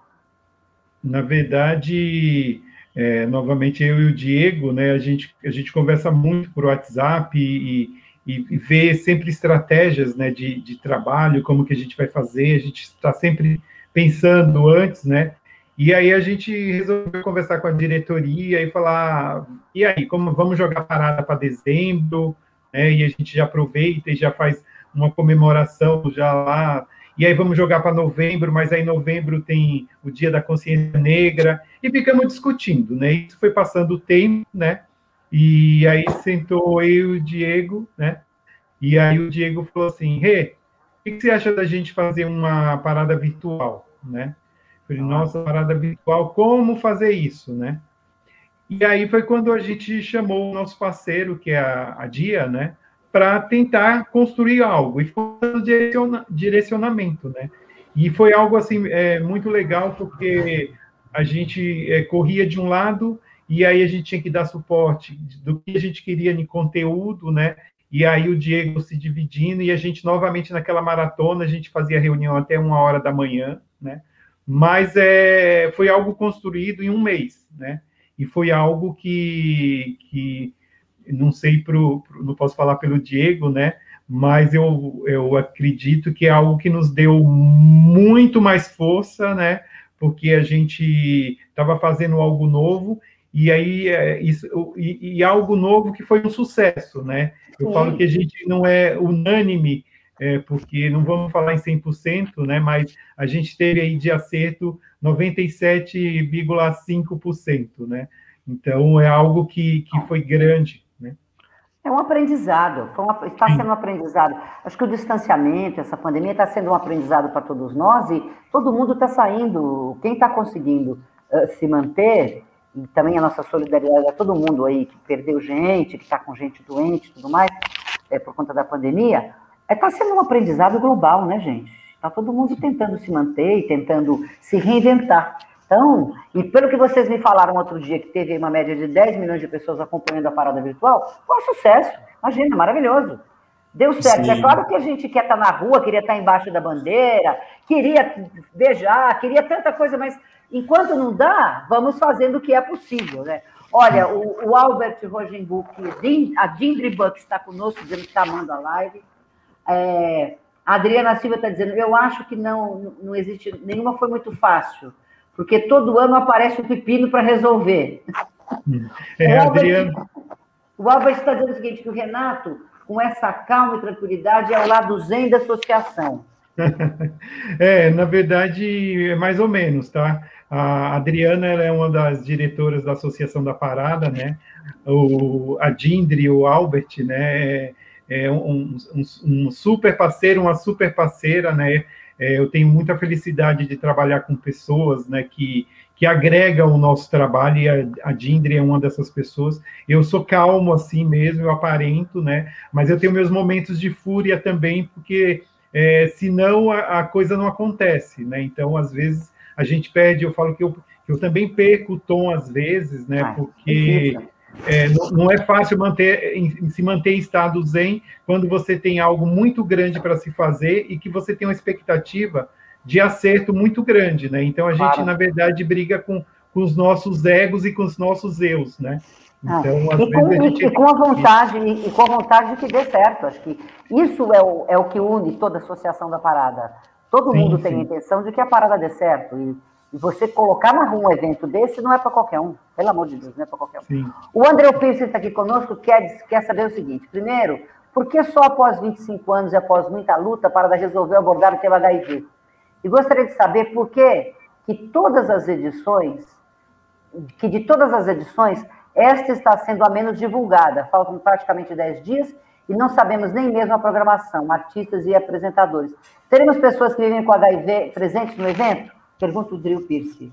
Na verdade, é, novamente, eu e o Diego, né, a gente, a gente conversa muito por WhatsApp e, e, e vê sempre estratégias, né, de, de trabalho, como que a gente vai fazer, a gente está sempre pensando antes, né? E aí a gente resolveu conversar com a diretoria e falar, e aí, como vamos jogar parada para dezembro, né, e a gente já aproveita e já faz uma comemoração já lá, e aí vamos jogar para novembro, mas aí novembro tem o Dia da Consciência Negra, e ficamos discutindo, né? Isso foi passando o tempo, né? E aí sentou eu e o Diego, né? E aí o Diego falou assim, Rê, o que você acha da gente fazer uma parada virtual, né? Eu falei, nossa, parada virtual, como fazer isso, né? E aí foi quando a gente chamou o nosso parceiro, que é a, a Dia, né? Para tentar construir algo, e foi um direciona, direcionamento, né? E foi algo, assim, é, muito legal, porque a gente é, corria de um lado, e aí a gente tinha que dar suporte do que a gente queria em conteúdo, né? E aí o Diego se dividindo, e a gente, novamente, naquela maratona, a gente fazia reunião até uma hora da manhã, né? Mas é, foi algo construído em um mês, né? E foi algo que... que não sei, pro, pro, não posso falar pelo Diego, né? Mas eu, eu acredito que é algo que nos deu muito mais força, né? Porque a gente estava fazendo algo novo, e aí é, isso, e, e algo novo que foi um sucesso, né? Eu Sim. falo que a gente não é unânime é, porque não vamos falar em cem por cento, né, mas a gente teve aí de acerto noventa e sete vírgula cinco por cento, né? Então, é algo que, que foi grande, né? É um aprendizado, foi uma, está sendo um aprendizado. Acho que o distanciamento, essa pandemia, está sendo um aprendizado para todos nós e todo mundo está saindo. Quem está conseguindo uh, se manter, e também a nossa solidariedade a todo mundo aí que perdeu gente, que está com gente doente e tudo mais, é, por conta da pandemia, está é, sendo um aprendizado global, né, gente? Está todo mundo tentando se manter e tentando se reinventar. Então, e pelo que vocês me falaram outro dia, que teve uma média de dez milhões de pessoas acompanhando a parada virtual, foi um sucesso. Imagina, maravilhoso. Deu certo. Sim. É claro que a gente quer estar na rua, queria estar embaixo da bandeira, queria beijar, queria tanta coisa, mas enquanto não dá, vamos fazendo o que é possível, né? Olha, o, o Albert Rogenbuch, a Dindri Buck está conosco, dizendo que está amando a live. É, a Adriana Silva está dizendo, eu acho que não, não existe, nenhuma foi muito fácil. Porque todo ano aparece um pepino para resolver. É, o, Albert, Adriano... o Albert está dizendo o seguinte, que o Renato, com essa calma e tranquilidade, é o lado zen da associação. É, na verdade, é mais ou menos, tá? A Adriana, ela é uma das diretoras da Associação da Parada, né? O, a Dindri, o Albert, né? É um, um, um super parceiro, uma super parceira, né? É, eu tenho muita felicidade de trabalhar com pessoas, né, que, que agregam o nosso trabalho, e a, a Dindri é uma dessas pessoas. Eu sou calmo assim mesmo, eu aparento, né, mas eu tenho meus momentos de fúria também, porque é, senão a, a coisa não acontece, né, então às vezes a gente perde, eu falo que eu, que eu também perco o tom às vezes, né, ah, porque... É, não, não é fácil manter, em, se manter em estado zen quando você tem algo muito grande para se fazer e que você tem uma expectativa de acerto muito grande, né? Então, a gente, claro, na verdade, briga com, com os nossos egos e com os nossos eus, né? Então, ah, às e, vezes, com, a gente... e, e com a vontade, e, e com a vontade de que dê certo. Acho que isso é o, é o que une toda a associação da parada. Todo sim, mundo tem sim. a intenção de que a parada dê certo. E, E você colocar na rua um evento desse não é para qualquer um. Pelo amor de Deus, não é para qualquer um. Sim. O André Pierce está aqui conosco, quer, quer saber o seguinte. Primeiro, por que só após vinte e cinco anos e após muita luta para resolver abordar o tema H I V? E gostaria de saber por que, que todas as edições, que de todas as edições, esta está sendo a menos divulgada. Faltam praticamente dez dias e não sabemos nem mesmo a programação, artistas e apresentadores. Teremos pessoas que vivem com H I V presentes no evento? Pergunta o Drew Pierce.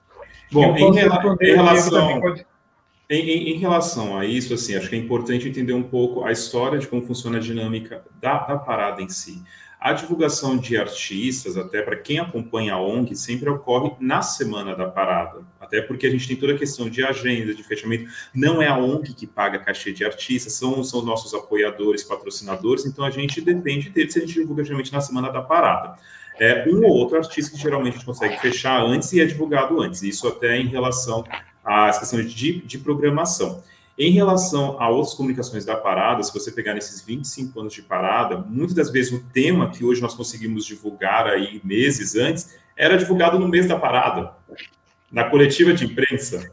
Bom, em, rela em, relação, em, em, em relação a isso, assim, acho que é importante entender um pouco a história de como funciona a dinâmica da, da parada em si. A divulgação de artistas, até para quem acompanha a ONG, sempre ocorre na semana da parada. Até porque a gente tem toda a questão de agenda, de fechamento. Não é a ONG que paga cachê de artistas, são, são os nossos apoiadores, patrocinadores, então a gente depende deles se a gente divulga geralmente na semana da parada. É um ou outro artista que geralmente a gente consegue fechar antes e é divulgado antes. Isso até em relação às questões de, de programação. Em relação a outras comunicações da parada, se você pegar nesses vinte e cinco anos de parada, muitas das vezes o tema que hoje nós conseguimos divulgar aí meses antes, era divulgado no mês da parada, na coletiva de imprensa.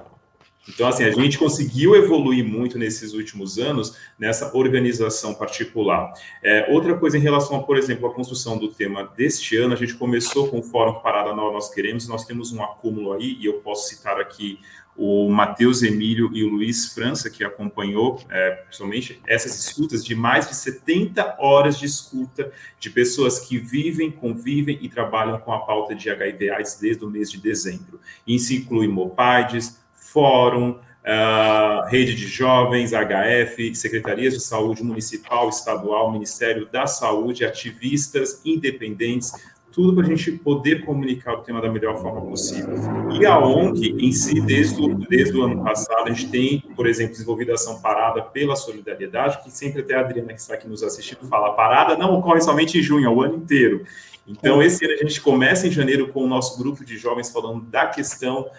Então, assim, a gente conseguiu evoluir muito nesses últimos anos nessa organização particular. É, outra coisa em relação, a, por exemplo, à construção do tema deste ano, a gente começou com o Fórum Parada Nova Nós Queremos, nós temos um acúmulo aí, e eu posso citar aqui o Matheus Emílio e o Luiz França, que acompanhou, é, principalmente, essas escutas de mais de setenta horas de escuta de pessoas que vivem, convivem e trabalham com a pauta de H I V AIDS desde o mês de dezembro. Isso inclui Mopaides, Fórum, uh, Rede de Jovens, H F, Secretarias de Saúde Municipal, Estadual, Ministério da Saúde, ativistas independentes, tudo para a gente poder comunicar o tema da melhor forma possível. E a ONG em si, desde o, desde o ano passado, a gente tem, por exemplo, desenvolvido a ação Parada pela Solidariedade, que sempre até a Adriana, que está aqui nos assistindo, fala, a parada não ocorre somente em junho, é o ano inteiro. Então, esse ano a gente começa em janeiro com o nosso grupo de jovens falando da questão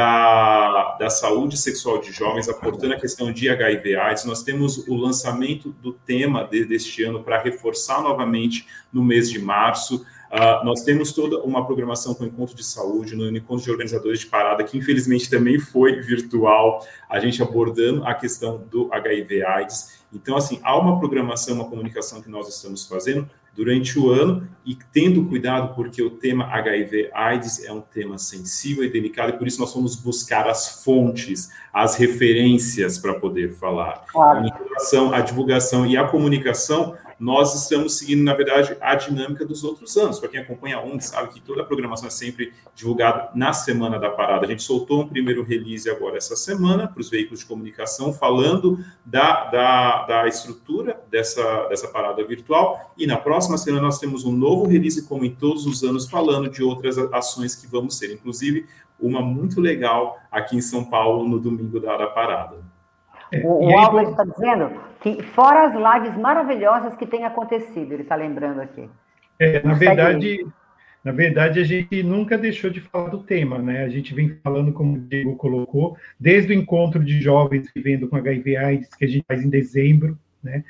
Da, da saúde sexual de jovens, aportando a questão de H I V AIDS. Nós temos o lançamento do tema de, deste ano para reforçar novamente no mês de março. Uh, nós temos toda uma programação com o Encontro de Saúde, no Encontro de Organizadores de Parada, que infelizmente também foi virtual, a gente abordando a questão do H I V AIDS. Então, assim, há uma programação, uma comunicação que nós estamos fazendo durante o ano e tendo cuidado, porque o tema H I V AIDS é um tema sensível e delicado, e por isso nós vamos buscar as fontes, as referências para poder falar. Claro. Em relação à divulgação e à comunicação, nós estamos seguindo, na verdade, a dinâmica dos outros anos. Para quem acompanha a O N G, sabe que toda a programação é sempre divulgada na Semana da Parada. A gente soltou um primeiro release agora essa semana para os veículos de comunicação, falando da, da, da estrutura dessa, dessa parada virtual, e na próxima semana nós temos um novo release, como em todos os anos, falando de outras ações que vamos ter, inclusive uma muito legal aqui em São Paulo, no domingo da, da parada. O, o Albert está dizendo que, fora as lives maravilhosas que têm acontecido, ele está lembrando aqui. É, na verdade, na verdade, a gente nunca deixou de falar do tema, né? A gente vem falando, como o Diego colocou, desde o encontro de jovens vivendo com H I V AIDS, que a gente faz em dezembro, né?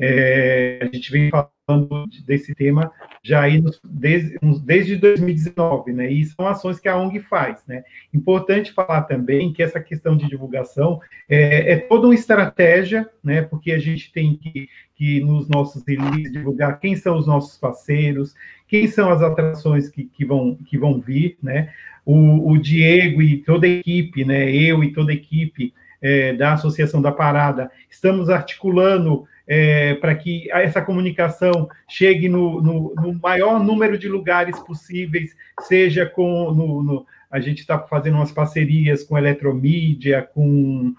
É, a gente vem falando desse tema já aí nos, desde, desde dois mil e dezenove, né? E são ações que a O N G faz, né? Importante falar também que essa questão de divulgação é, é toda uma estratégia, né? Porque a gente tem que, que nos nossos releases divulgar quem são os nossos parceiros, quem são as atrações que, que, vão, que vão vir, né? O, o Diego e toda a equipe, né? Eu e toda a equipe é, da Associação da Parada, estamos articulando É, para que essa comunicação chegue no, no, no maior número de lugares possíveis, seja com... No, no, a gente está fazendo umas parcerias com a Eletromídia, com,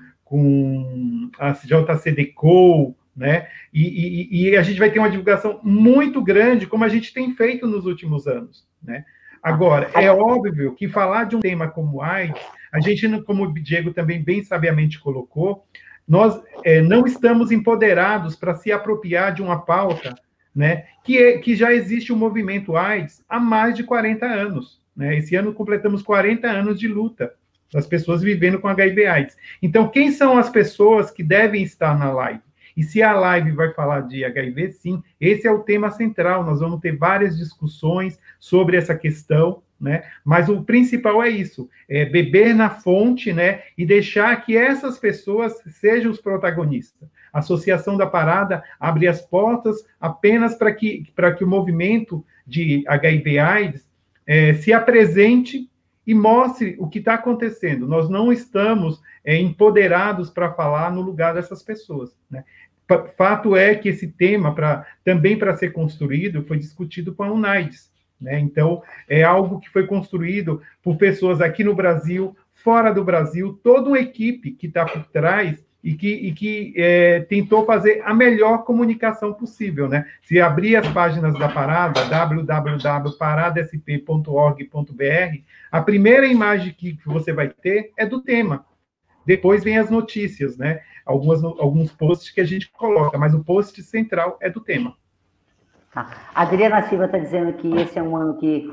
com a J C D C O, né? E, e, e a gente vai ter uma divulgação muito grande, como a gente tem feito nos últimos anos, né? Agora, é óbvio que falar de um tema como AIDS, a gente, como o Diego também bem sabiamente colocou, nós é, não estamos empoderados para se apropriar de uma pauta, né, que, é, que já existe o movimento AIDS há mais de quarenta anos. Né? Esse ano completamos quarenta anos de luta das pessoas vivendo com H I V AIDS. Então, quem são as pessoas que devem estar na live? E se a live vai falar de H I V, sim, esse é o tema central. Nós vamos ter várias discussões sobre essa questão, né? Mas o principal é isso, é beber na fonte, né? E deixar que essas pessoas sejam os protagonistas. A Associação da Parada abre as portas apenas para que, para que o movimento de H I V AIDS é, se apresente e mostre o que está acontecendo. Nós não estamos é, empoderados para falar no lugar dessas pessoas, né? Fato é que esse tema, pra, também para ser construído, foi discutido com a UNAIDS, né? Então, é algo que foi construído por pessoas aqui no Brasil, fora do Brasil, toda uma equipe que está por trás e que, e que é, tentou fazer a melhor comunicação possível, né? Se abrir as páginas da Parada, w w w ponto parada s p ponto org ponto b r, a primeira imagem que você vai ter é do tema. Depois vem as notícias, né? Algumas, alguns posts que a gente coloca, mas o post central é do tema. Tá. A Adriana Silva está dizendo que esse é um ano que,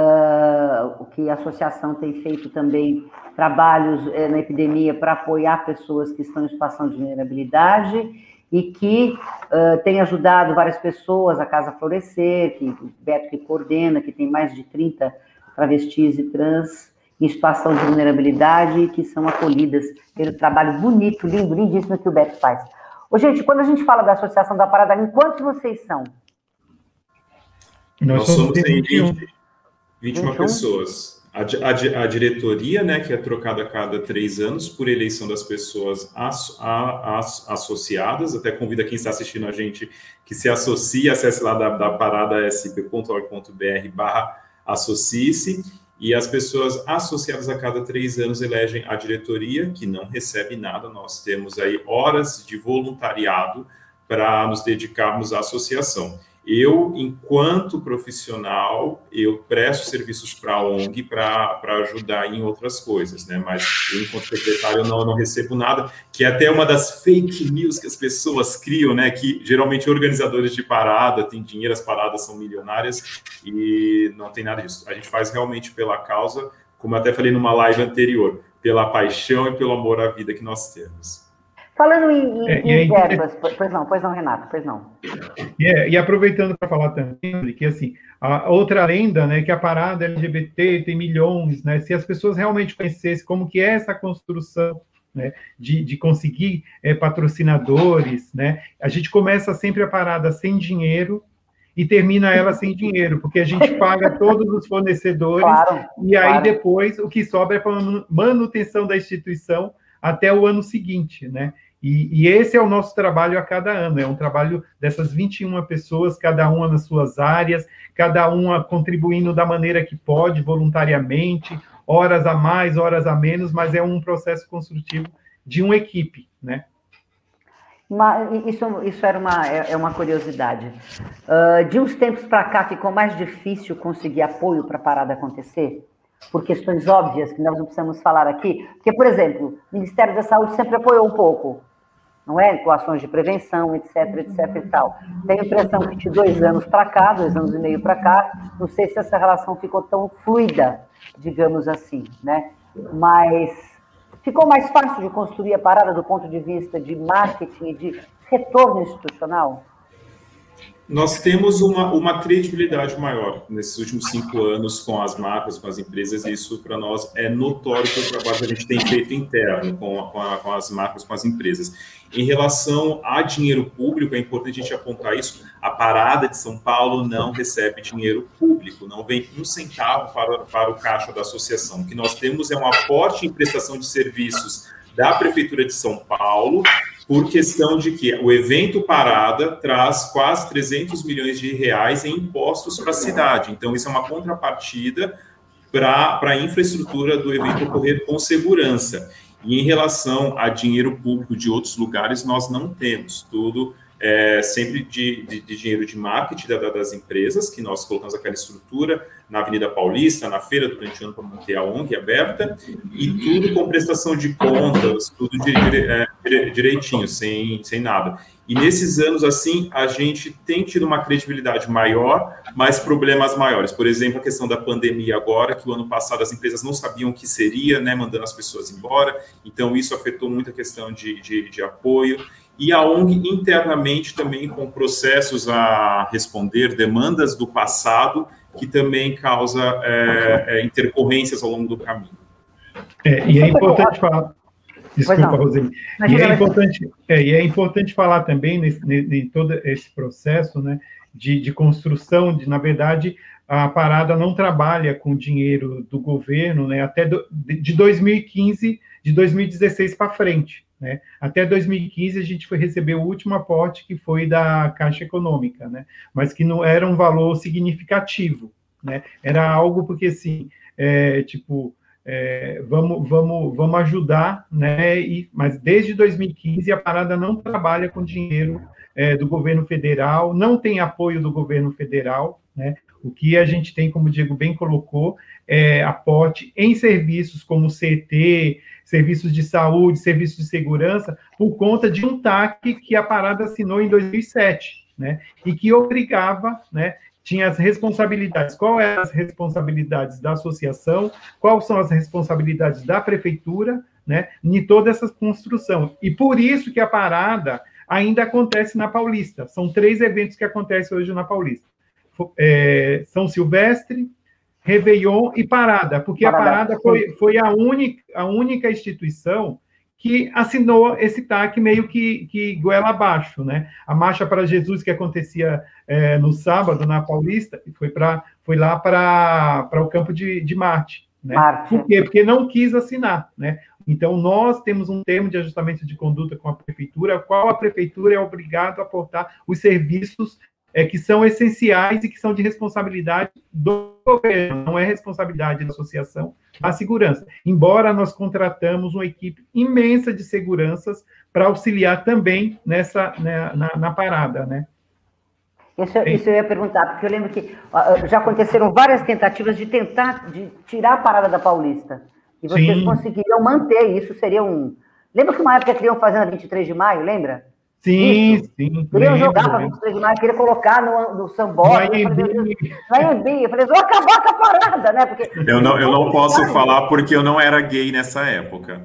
uh, que a associação tem feito também trabalhos uh, na epidemia para apoiar pessoas que estão em situação de vulnerabilidade e que uh, tem ajudado várias pessoas, a Casa Florescer, que o Beto que coordena, que tem mais de trinta travestis e trans em situação de vulnerabilidade, que são acolhidas pelo trabalho bonito, lindo, lindíssimo que o Beto faz. Ô, gente, quando a gente fala da Associação da Parada, em quantos vocês são? Nós, Nós somos em vinte, vinte e uma pessoas. A, a, a diretoria, né, que é trocada a cada três anos por eleição das pessoas as, a, as, associadas, até convido quem está assistindo a gente que se associe, acesse lá da, da parada s p ponto org ponto b r barra associe-se. E as pessoas associadas a cada três anos elegem a diretoria, que não recebe nada. Nós temos aí horas de voluntariado para nos dedicarmos à associação. Eu, enquanto profissional, eu presto serviços para a O N G para ajudar em outras coisas, né? Mas eu, enquanto secretário, não, não recebo nada, que é até uma das fake news que as pessoas criam, né? Que geralmente organizadores de parada têm dinheiro, as paradas são milionárias e não tem nada disso. A gente faz realmente pela causa, como eu até falei numa live anterior, pela paixão e pelo amor à vida que nós temos. Falando em, em, É, e em aí, verbas, pois não, pois não, Renato, pois não. E, é, e aproveitando para falar também, que assim, a outra lenda, né, que a parada L G B T tem milhões, né, se as pessoas realmente conhecessem como que é essa construção, né, de, de conseguir é, patrocinadores, né, a gente começa sempre a parada sem dinheiro e termina ela sem dinheiro, porque a gente paga todos os fornecedores, Claro, e aí claro. depois o que sobra é para manutenção da instituição até o ano seguinte, né? E, e esse é o nosso trabalho a cada ano, é um trabalho dessas vinte e uma pessoas, cada uma nas suas áreas, cada uma contribuindo da maneira que pode, voluntariamente, horas a mais, horas a menos, mas é um processo construtivo de uma equipe, né? Uma, isso, isso era uma, é, é uma curiosidade. Uh, de uns tempos para cá ficou mais difícil conseguir apoio para a parada acontecer? Por questões óbvias que nós não precisamos falar aqui. Porque, por exemplo, o Ministério da Saúde sempre apoiou um pouco, não é? Com ações de prevenção, etc, etc e tal. Tenho a impressão que de dois anos para cá, dois anos e meio para cá, não sei se essa relação ficou tão fluida, digamos assim, né? Mas ficou mais fácil de construir a parada do ponto de vista de marketing e de retorno institucional? Nós temos uma, uma credibilidade maior nesses últimos cinco anos com as marcas, com as empresas, e isso para nós é notório pelo trabalho que a gente tem feito interno com, com, a, com as marcas, com as empresas. Em relação a dinheiro público, é importante a gente apontar isso, a parada de São Paulo não recebe dinheiro público, não vem um centavo para, para o caixa da associação. O que nós temos é um aporte em prestação de serviços da Prefeitura de São Paulo, por questão de que o evento Parada traz quase trezentos milhões de reais em impostos para a cidade. Então, isso é uma contrapartida para a infraestrutura do evento ocorrer com segurança. E em relação a dinheiro público de outros lugares, nós não temos. Tudo é sempre de, de, de dinheiro de marketing da, das empresas, que nós colocamos aquela estrutura na Avenida Paulista, na feira, durante o ano, para manter a O N G aberta, e tudo com prestação de contas, tudo de, de, direitinho, sem, sem nada. E nesses anos, assim, a gente tem tido uma credibilidade maior, mas problemas maiores. Por exemplo, a questão da pandemia agora, que o ano passado as empresas não sabiam o que seria, né, mandando as pessoas embora, então isso afetou muito a questão de, de, de apoio. E a O N G internamente também com processos a responder, demandas do passado, que também causa é, é, intercorrência ao longo do caminho. É, e é importante falar... Desculpa, Roseli. E é importante, é, e é importante falar também nesse, em todo esse processo, né, de, de construção, de, na verdade, a parada não trabalha com dinheiro do governo, né, até do, de dois mil e quinze, de dois mil e dezesseis para frente. Né? Até dois mil e quinze a gente foi receber o último aporte que foi da Caixa Econômica, né? Mas que não era um valor significativo, né? Era algo porque assim, é, tipo, é, vamos, vamos, vamos ajudar, né? E, mas desde dois mil e quinze a parada não trabalha com dinheiro é, do governo federal, não tem apoio do governo federal, né? O que a gente tem, como o Diego bem colocou, é aporte em serviços como C T, serviços de saúde, serviços de segurança, por conta de um T A C que a parada assinou em dois mil e sete, né? E que obrigava, né? Tinha as responsabilidades. Qual eram as responsabilidades da associação? Quais são as responsabilidades da prefeitura, né? Em toda essa construção. E por isso que a parada ainda acontece na Paulista. São três eventos que acontecem hoje na Paulista. É, São Silvestre, Réveillon e Parada, porque a Parada foi, foi a, única, a única instituição que assinou esse T A C meio que, que goela abaixo, né? A Marcha para Jesus, que acontecia é, no sábado, na Paulista, foi, pra, foi lá para o campo de, de Marte, né? Marte. Por quê? Porque não quis assinar, né? Então, nós temos um termo de ajustamento de conduta com a prefeitura, qual a prefeitura é obrigada a aportar os serviços É, que são essenciais e que são de responsabilidade do governo, não é responsabilidade da associação da segurança. Embora nós contratamos uma equipe imensa de seguranças para auxiliar também nessa, né, na, na parada, né? Isso, isso eu ia perguntar, porque eu lembro que uh, já aconteceram várias tentativas de tentar de tirar a parada da Paulista, e vocês Sim. conseguiram manter isso, seria um... Lembra que uma época queriam fazer na vinte e três de maio, lembra? Sim, Isso. sim. Queriam lembro, jogar para lembro. vinte e três de maio, queria colocar no, no sambódromo. No Eu falei, Anhembi. meu Deus, no Anhembi. Eu falei, vou acabar com a parada, né? Porque Eu não, eu não posso charme. falar porque eu não era gay nessa época.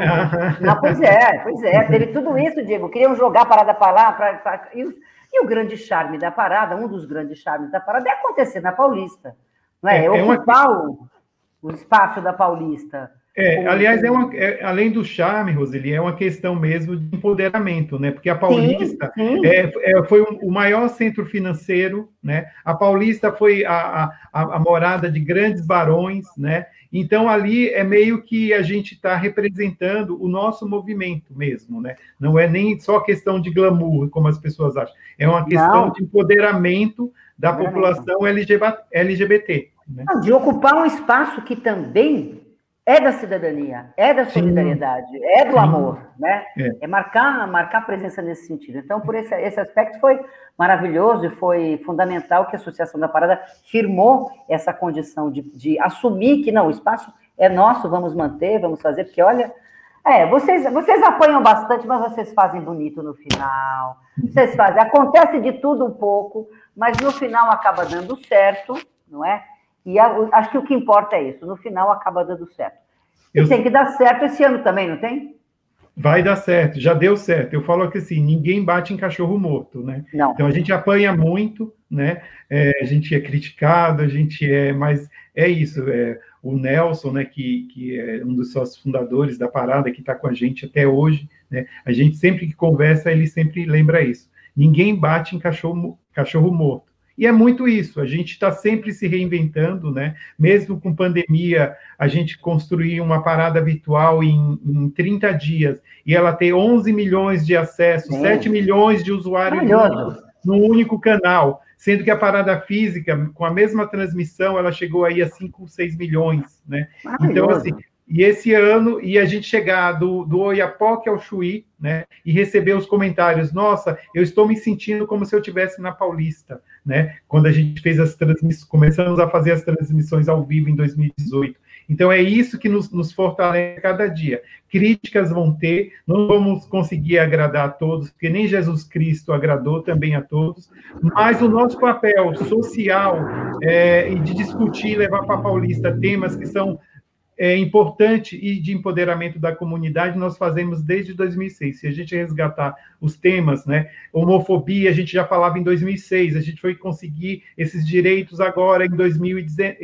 Não, pois é, pois é. Teve tudo isso, Diego. Queriam jogar a parada para lá. Pra, pra, e, o, e o grande charme da parada, um dos grandes charmes da parada é acontecer na Paulista. Não é? É, é é uma, ocupar o, o espaço da Paulista. é, Com, aliás, é com... uma, é, além do charme, Roseli, é uma questão mesmo de empoderamento, né? Porque a Sim, Paulista sim. é, é, foi o maior centro financeiro, né? A Paulista foi a, a, a morada de grandes barões, né? Então, ali é meio que a gente está representando o nosso movimento mesmo, né? Não é nem só questão de glamour, como as pessoas acham. É uma questão Não. de empoderamento da Empoderamento. população L G B T, né? Não, de ocupar um espaço que também é da cidadania, é da Sim, solidariedade, é do sim. amor, né? É. É marcar, marcar presença nesse sentido. Então, por esse, esse aspecto foi maravilhoso e foi fundamental que a Associação da Parada firmou essa condição de, de assumir que, não, o espaço é nosso, vamos manter, vamos fazer, porque, olha, é, vocês, vocês apanham bastante, mas vocês fazem bonito no final, vocês fazem, acontece de tudo um pouco, mas no final acaba dando certo, não é? E a, acho que o que importa é isso, no final acaba dando certo. E Eu, tem que dar certo esse ano também, não tem? vai dar certo, já deu certo. Eu falo que assim, ninguém bate em cachorro morto, né? Não. Então a gente apanha muito, né? É, a gente é criticado, a gente é, mas é isso. É, o Nelson, né, que, que é um dos sócios fundadores da parada, que está com a gente até hoje, né? A gente sempre que conversa, ele sempre lembra isso. Ninguém bate em cachorro, cachorro morto. E é muito isso, a gente está sempre se reinventando, né? Mesmo com pandemia, a gente construiu uma parada virtual em, em trinta dias, e ela tem onze milhões de acessos, Sim. sete milhões de usuários únicos num único canal, sendo que a parada física, com a mesma transmissão, ela chegou aí a cinco, seis milhões, né? Então, assim, e esse ano, e a gente chegar do, do Oiapoque ao Chuí, né, e receber os comentários, nossa, eu estou me sentindo como se eu estivesse na Paulista, né, quando a gente fez as transmissões, começamos a fazer as transmissões ao vivo em dois mil e dezoito. Então, é isso que nos, nos fortalece cada dia. Críticas vão ter, não vamos conseguir agradar a todos, porque nem Jesus Cristo agradou também a todos, mas o nosso papel social é, e de discutir, levar para a Paulista temas que são é importante e de empoderamento da comunidade, nós fazemos desde dois mil e seis. Se a gente resgatar os temas, né, homofobia, a gente já falava em dois mil e seis, a gente foi conseguir esses direitos agora em dois mil e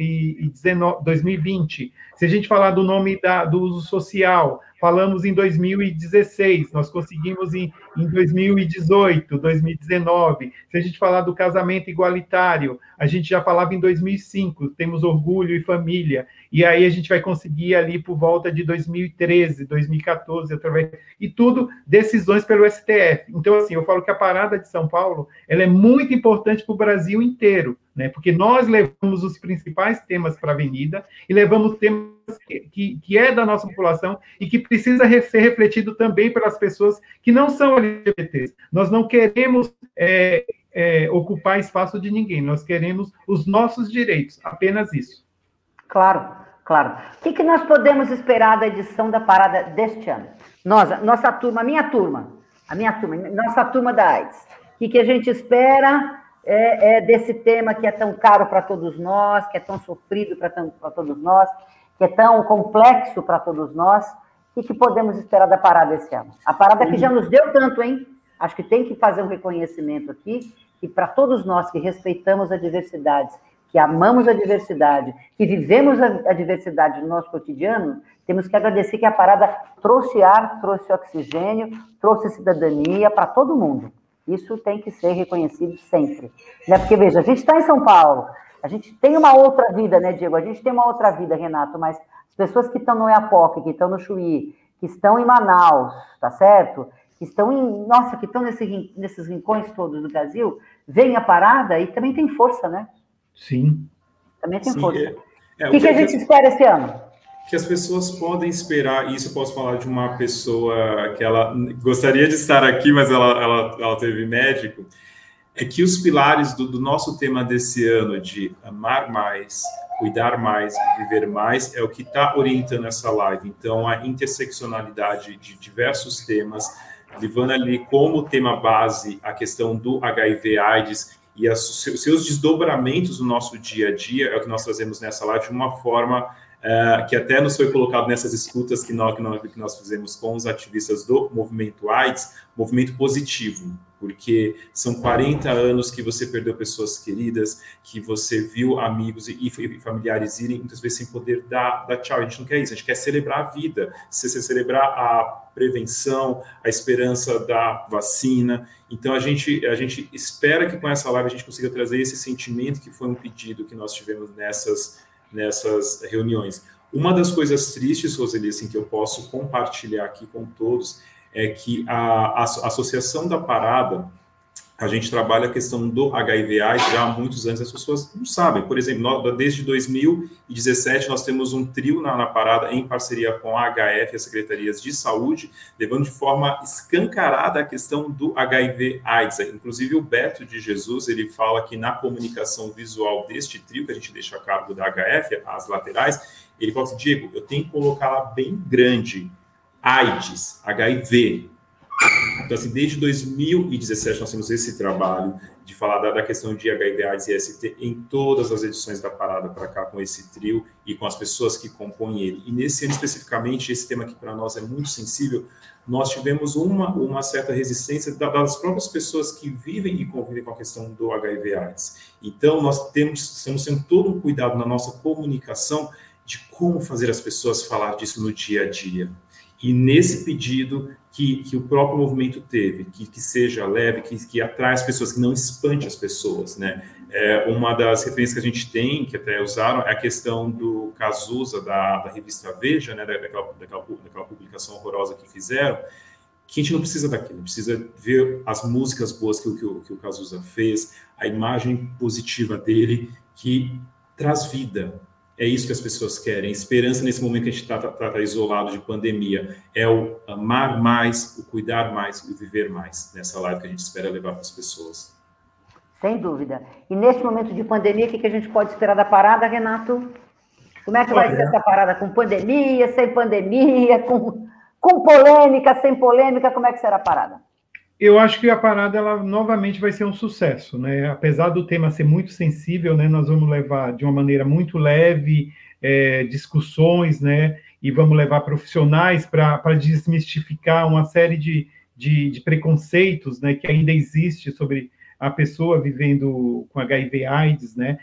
vinte. Se a gente falar do nome da, do uso social, falamos em dois mil e dezesseis, nós conseguimos em, em dois mil e dezoito, dois mil e dezenove. Se a gente falar do casamento igualitário, a gente já falava em dois mil e cinco, temos orgulho e família, e aí a gente vai conseguir ali por volta de dois mil e treze, dois mil e quatorze, através, e tudo decisões pelo S T F. Então, assim, eu falo que a parada de São Paulo, ela é muito importante para o Brasil inteiro, né? Porque nós levamos os principais temas para a avenida e levamos temas que, que é da nossa população e que precisa ser refletido também pelas pessoas que não são L G B Ts. Nós não queremos é, é, ocupar espaço de ninguém, nós queremos os nossos direitos, apenas isso. Claro, claro. O que, que nós podemos esperar da edição da parada deste ano? Nossa, nossa turma, a minha turma, a minha turma, nossa turma da AIDS. O que, que a gente espera é, é desse tema que é tão caro para todos nós, que é tão sofrido para todos nós, que é tão complexo para todos nós? O que, que podemos esperar da parada esse ano? A parada que já nos deu tanto, hein? Acho que tem que fazer um reconhecimento aqui, que para todos nós que respeitamos a diversidade, que amamos a diversidade, que vivemos a, a diversidade no nosso cotidiano, temos que agradecer que a parada trouxe ar, trouxe oxigênio, trouxe cidadania para todo mundo. Isso tem que ser reconhecido sempre. Né? Porque, veja, a gente está em São Paulo, a gente tem uma outra vida, né, Diego? A gente tem uma outra vida, Renato, mas as pessoas que estão no Oiapoque, que estão no Chuí, que estão em Manaus, tá certo? Que estão em, nossa, que estão nesse, nesses rincões todos do Brasil, veem a parada e também tem força, né? Sim. Também tem Sim, força. É, é, o que, que, que a gente as, espera esse ano? Que as pessoas podem esperar, e isso eu posso falar de uma pessoa que ela gostaria de estar aqui, mas ela, ela, ela teve médico, é que os pilares do, do nosso tema desse ano de amar mais, cuidar mais, viver mais, é o que está orientando essa live. Então, a interseccionalidade de diversos temas, levando ali como tema base a questão do H I V AIDS e os seus desdobramentos no nosso dia a dia, é o que nós trazemos nessa live de uma forma uh, que até nos foi colocado nessas escutas que nós, que, nós, que nós fizemos com os ativistas do movimento AIDS, movimento positivo, porque são quarenta anos que você perdeu pessoas queridas, que você viu amigos e, e familiares irem, muitas vezes sem poder dar, dar tchau. A gente não quer isso, a gente quer celebrar a vida, se, se celebrar a prevenção, a esperança da vacina. Então, a gente, a gente espera que com essa live a gente consiga trazer esse sentimento que foi um pedido que nós tivemos nessas, nessas reuniões. Uma das coisas tristes, Roseli, assim, que eu posso compartilhar aqui com todos, é que a, a Associação da Parada, a gente trabalha a questão do H I V AIDS já há muitos anos, as pessoas não sabem. Por exemplo, nós, desde dois mil e dezessete, nós temos um trio na, na Parada, em parceria com a H F, as Secretarias de Saúde, levando de forma escancarada a questão do H I V AIDS. Inclusive, o Beto de Jesus, ele fala que na comunicação visual deste trio, que a gente deixa a cargo da H F, as laterais, ele fala assim, Diego, eu tenho que colocar lá bem grande, AIDS, H I V. Então, assim, desde dois mil e dezessete nós temos esse trabalho de falar da, da questão de H I V, AIDS e S T em todas as edições da Parada para cá, com esse trio e com as pessoas que compõem ele. E nesse ano, especificamente, esse tema aqui para nós é muito sensível, nós tivemos uma, uma certa resistência das próprias pessoas que vivem e convivem com a questão do H I V, AIDS. Então, nós temos, estamos tendo todo um cuidado na nossa comunicação de como fazer as pessoas falar disso no dia a dia. E nesse pedido que, que o próprio movimento teve, que, que seja leve, que, que atrai as pessoas, que não espante as pessoas, né? É, uma das referências que a gente tem, que até usaram, é a questão do Cazuza, da, da revista Veja, né? daquela, daquela, daquela publicação horrorosa que fizeram, que a gente não precisa daquilo, precisa ver as músicas boas que, que, o, que o Cazuza fez, a imagem positiva dele, que traz vida. É isso que as pessoas querem, esperança nesse momento que a gente está tá, tá isolado de pandemia, é o amar mais, o cuidar mais e o viver mais, nessa live que a gente espera levar para as pessoas. Sem dúvida. E neste momento de pandemia, o que a gente pode esperar da parada, Renato? Como é que vai Olha. ser essa parada? Com pandemia, sem pandemia, com, com polêmica, sem polêmica, como é que será a parada? Eu acho que a parada, ela novamente vai ser um sucesso, né? Apesar do tema ser muito sensível, né? Nós vamos levar de uma maneira muito leve é, discussões, né? E vamos levar profissionais para desmistificar uma série de, de, de preconceitos, né? Que ainda existe sobre a pessoa vivendo com H I V AIDS, né?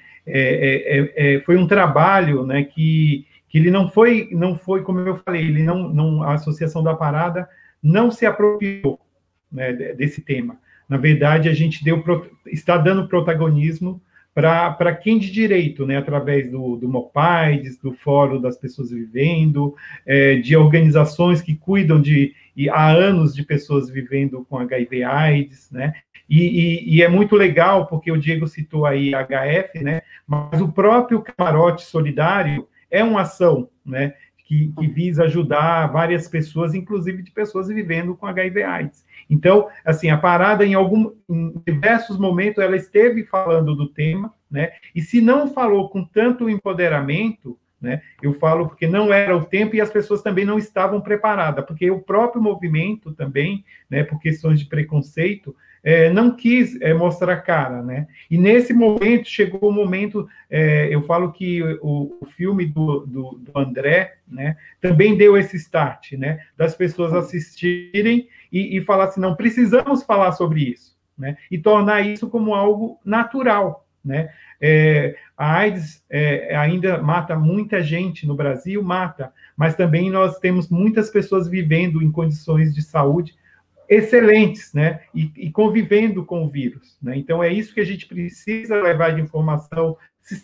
É, é, é, foi um trabalho, né? Que, que ele não foi, não foi, como eu falei, ele não, não, a Associação da Parada não se apropriou, né, desse tema. Na verdade, a gente deu, está dando protagonismo para quem de direito, né, através do, do MOPAIDS, do Fórum das Pessoas Vivendo, é, de organizações que cuidam de, e há anos de pessoas vivendo com H I V AIDS, né, e, e, e é muito legal, porque o Diego citou aí a H F, né, mas o próprio Camarote Solidário é uma ação, né, que, que visa ajudar várias pessoas, inclusive de pessoas vivendo com H I V AIDS. Então, assim, a parada, em, algum, em diversos momentos, ela esteve falando do tema, né? E se não falou com tanto empoderamento, né? Eu falo porque não era o tempo e as pessoas também não estavam preparadas, porque o próprio movimento também, né, por questões de preconceito, é, não quis é, mostrar cara, né? E nesse momento, chegou o momento, é, eu falo que o, o filme do, do, do André, né, também deu esse start, né, das pessoas assistirem e, e falar assim, não, precisamos falar sobre isso, né, e tornar isso como algo natural, né. É, a AIDS é, ainda mata muita gente no Brasil, mata, mas também nós temos muitas pessoas vivendo em condições de saúde excelentes, né, e, e convivendo com o vírus, né, então é isso que a gente precisa levar de informação,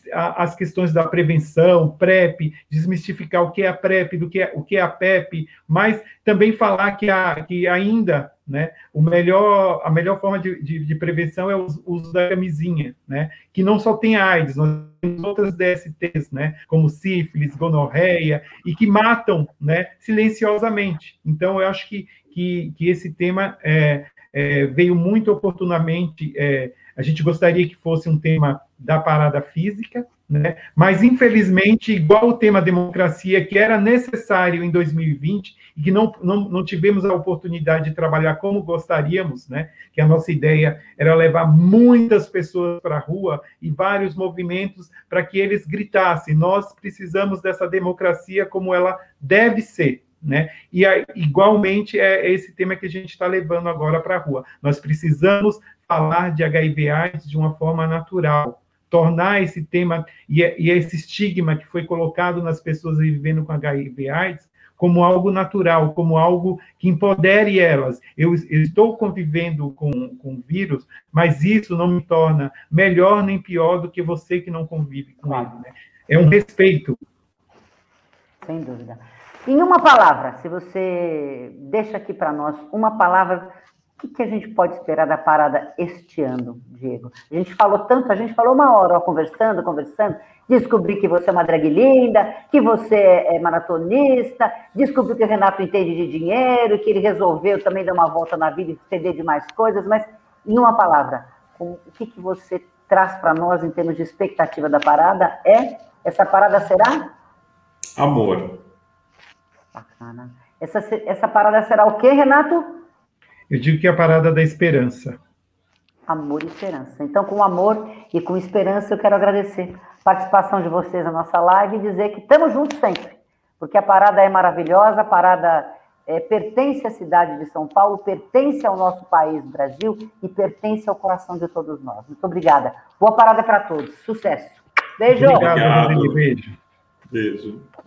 as questões da prevenção, PrEP, desmistificar o que é a PrEP, do que é, o que é a PEP, mas também falar que, a, que ainda, né, o melhor, a melhor forma de, de, de prevenção é o uso da camisinha, né, que não só tem AIDS, nós temos outras D S Ts, né, como sífilis, gonorreia, e que matam, né, silenciosamente. Então, eu acho que, que, que esse tema é, é, veio muito oportunamente. É, a gente gostaria que fosse um tema da parada física, né? Mas, infelizmente, igual o tema democracia, que era necessário em dois mil e vinte, e que não, não, não tivemos a oportunidade de trabalhar como gostaríamos, né? Que a nossa ideia era levar muitas pessoas para a rua e vários movimentos para que eles gritassem, nós precisamos dessa democracia como ela deve ser, né? E igualmente é esse tema que a gente está levando agora para a rua. Nós precisamos falar de H I V AIDS de uma forma natural, tornar esse tema e, e esse estigma que foi colocado nas pessoas vivendo com H I V AIDS como algo natural, como algo que empodere elas. Eu, eu estou convivendo com, com o vírus, mas isso não me torna melhor nem pior do que você que não convive com ele, né? É um respeito. Sem dúvida. Em uma palavra, se você deixa aqui para nós uma palavra, o que, que a gente pode esperar da parada este ano, Diego? A gente falou tanto, a gente falou uma hora, ó, conversando, conversando, descobri que você é uma drag linda, que você é maratonista, descobri que o Renato entende de dinheiro, que ele resolveu também dar uma volta na vida e entender de mais coisas, mas em uma palavra, o que, que você traz para nós em termos de expectativa da parada? É? Essa parada será? Amor. Bacana. Essa, essa parada será o quê, Renato? Eu digo que é a parada da esperança. Amor e esperança. Então, com amor e com esperança, eu quero agradecer a participação de vocês na nossa live e dizer que estamos juntos sempre, porque a parada é maravilhosa, a parada é, pertence à cidade de São Paulo, pertence ao nosso país, Brasil, e pertence ao coração de todos nós. Muito obrigada. Boa parada para todos. Sucesso. Beijo. Obrigado, Roseli. Beijo. Beijo.